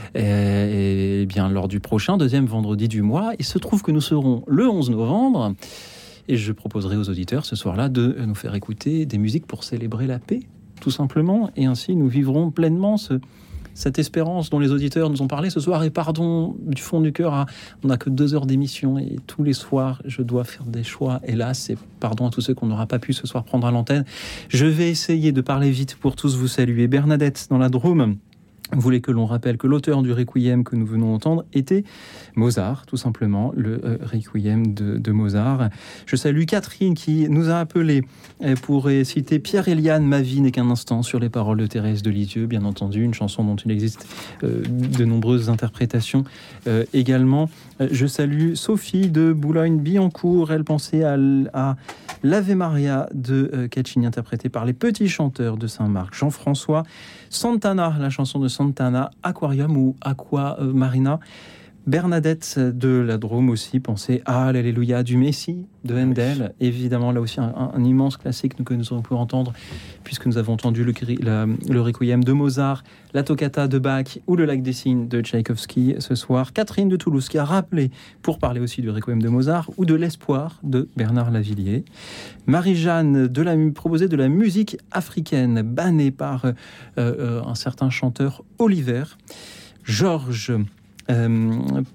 et, et bien lors du prochain deuxième vendredi du mois, il se trouve que nous serons le onze novembre. Et je proposerai aux auditeurs ce soir-là de nous faire écouter des musiques pour célébrer la paix, tout simplement. Et ainsi, nous vivrons pleinement ce, cette espérance dont les auditeurs nous ont parlé ce soir. Et pardon du fond du cœur, à, on n'a que deux heures d'émission et tous les soirs, je dois faire des choix. Hélas, et pardon à tous ceux qu'on n'aura pas pu ce soir prendre à l'antenne. Je vais essayer de parler vite pour tous vous saluer. Bernadette, dans la Drôme, voulait que l'on rappelle que l'auteur du Requiem que nous venons d'entendre était Mozart, tout simplement, le euh, Requiem de, de Mozart. Je salue Catherine qui nous a appelé pour citer Pierre-Éliane, Ma vie n'est qu'un instant, sur les paroles de Thérèse de Lisieux, bien entendu, une chanson dont il existe euh, de nombreuses interprétations euh, également. Je salue Sophie de Boulogne-Billancourt, elle pensait à, à l'Ave Maria de euh, Caccini, interprétée par les Petits Chanteurs de Saint-Marc. Jean-François Santana, la chanson de Santana, Aquarium ou Aqua Marina. Bernadette de la Drôme aussi pensait à l'Alléluia du Messie de Handel. Oui. Évidemment, là aussi, un, un immense classique que nous aurons pu entendre, puisque nous avons entendu le, la, le Requiem de Mozart, la Toccata de Bach ou le Lac des Cygnes de Tchaïkovski ce soir. Catherine de Toulouse qui a rappelé, pour parler aussi du Requiem de Mozart ou de l'Espoir de Bernard Lavilliers. Marie-Jeanne de la, proposait de la musique africaine, bannée par euh, euh, un certain chanteur Oliver. Georges Euh,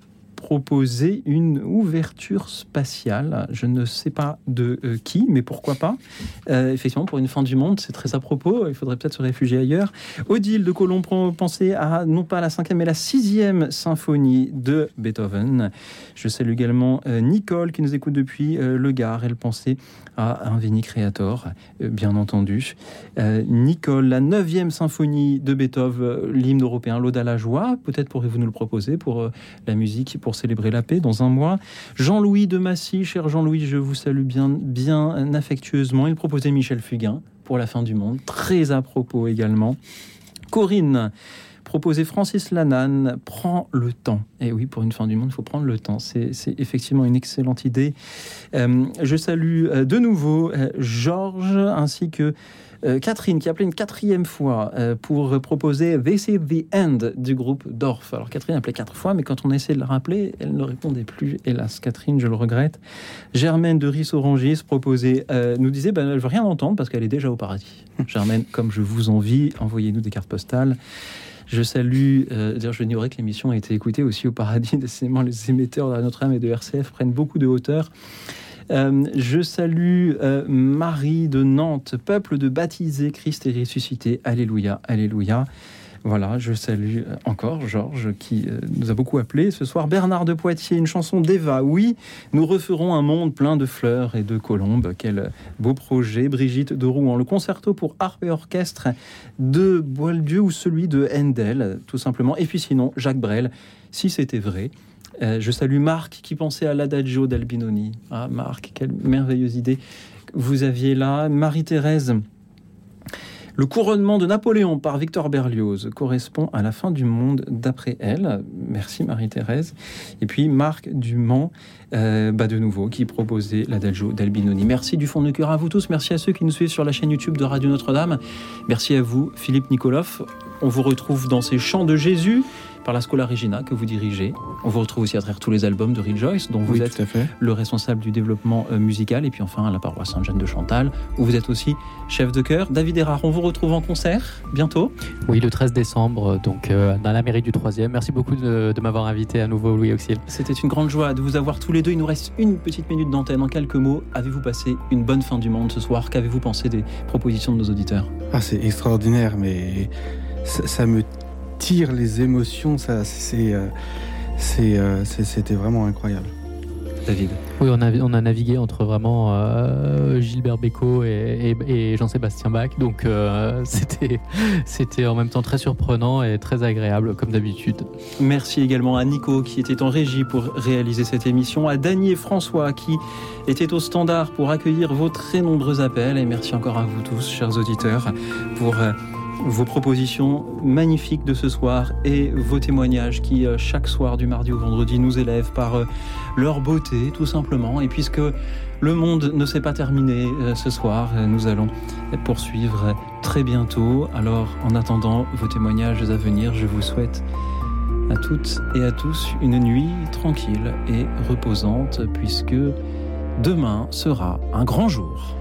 proposer une ouverture spatiale. Je ne sais pas de euh, qui, mais pourquoi pas. Euh, effectivement, pour une fin du monde, c'est très à propos. Il faudrait peut-être se réfugier ailleurs. Odile de Colomb pensait à, non pas à la cinquième, mais la sixième symphonie de Beethoven. Je salue également euh, Nicole, qui nous écoute depuis euh, le Gard. Elle pensait à un Veni Creator, euh, bien entendu. Euh, Nicole, la neuvième symphonie de Beethoven, euh, l'hymne européen, l'Ode à la joie. Peut-être pourrez-vous nous le proposer pour euh, la musique, pour célébrer la paix dans un mois. Jean-Louis de Massy, cher Jean-Louis, je vous salue bien, bien affectueusement. Il proposait Michel Fugain pour la fin du monde, très à propos également. Corinne proposait Francis Lalanne, Prends le temps. Et oui, pour une fin du monde, il faut prendre le temps. C'est, c'est effectivement une excellente idée. Euh, je salue euh, de nouveau euh, Georges ainsi que Euh, Catherine qui a appelé une quatrième fois euh, pour proposer This is the End du groupe Dorf. Alors Catherine a appelé quatre fois, mais quand on essaie de la rappeler, elle ne répondait plus. Hélas, Catherine, je le regrette. Germaine de Ris-Orangis proposait, euh, nous disait, ben, elle ne veut rien entendre parce qu'elle est déjà au paradis. Germaine, comme je vous envie, envoyez-nous des cartes postales. Je salue, euh, d'ailleurs je ignorais que l'émission a été écoutée aussi au paradis. Décidément, les émetteurs de Notre-Dame et de R C F prennent beaucoup de hauteur. Euh, je salue euh, Marie de Nantes, peuple de baptisés, Christ est ressuscité, alléluia, alléluia. Voilà, je salue encore Georges qui euh, nous a beaucoup appelé ce soir. Bernard de Poitiers, une chanson d'Eva. Oui, nous referons un monde plein de fleurs et de colombes. Quel beau projet. Brigitte de Rouen, le concerto pour harpe et orchestre de Boieldieu ou celui de Handel, tout simplement. Et puis sinon, Jacques Brel, si c'était vrai. Euh, je salue Marc qui pensait à l'Adagio d'Albinoni. Ah, Marc, quelle merveilleuse idée vous aviez là. Marie-Thérèse, le couronnement de Napoléon par Victor Berlioz correspond à la fin du monde d'après elle. Merci Marie-Thérèse. Et puis Marc Dumont, euh, bah de nouveau, qui proposait l'Adagio d'Albinoni. Merci du fond du cœur à vous tous. Merci à ceux qui nous suivent sur la chaîne YouTube de Radio Notre-Dame. Merci à vous, Philippe Nicolov. On vous retrouve dans ces chants de Jésus par la Scola Regina que vous dirigez. On vous retrouve aussi à travers tous les albums de Rejoice, dont vous oui, êtes le responsable du développement euh, musical, et puis enfin à la paroisse Sainte-Jeanne de Chantal, où vous êtes aussi chef de chœur. David Erard, on vous retrouve en concert bientôt. Oui, le treize décembre, donc euh, dans la mairie du troisième. Merci beaucoup de, de m'avoir invité à nouveau, Louis Auxil. C'était une grande joie de vous avoir tous les deux. Il nous reste une petite minute d'antenne. En quelques mots, avez-vous passé une bonne fin du monde ce soir? Qu'avez-vous pensé des propositions de nos auditeurs? Ah, c'est extraordinaire, mais ça, ça me tire les émotions, ça, c'est, euh, c'est, euh, c'est, c'était vraiment incroyable. David. Oui, on a, on a navigué entre vraiment euh, Gilbert Bécaud et, et, et Jean-Sébastien Bach, donc euh, c'était, c'était en même temps très surprenant et très agréable, comme d'habitude. Merci également à Nico qui était en régie pour réaliser cette émission, à Dany et François qui étaient au standard pour accueillir vos très nombreux appels, et merci encore à vous tous, chers auditeurs, pour euh, vos propositions magnifiques de ce soir et vos témoignages qui, euh, chaque soir du mardi au vendredi, nous élèvent par euh, leur beauté, tout simplement. Et puisque le monde ne s'est pas terminé euh, ce soir, euh, nous allons poursuivre très bientôt. Alors, en attendant vos témoignages à venir, je vous souhaite à toutes et à tous une nuit tranquille et reposante, puisque demain sera un grand jour.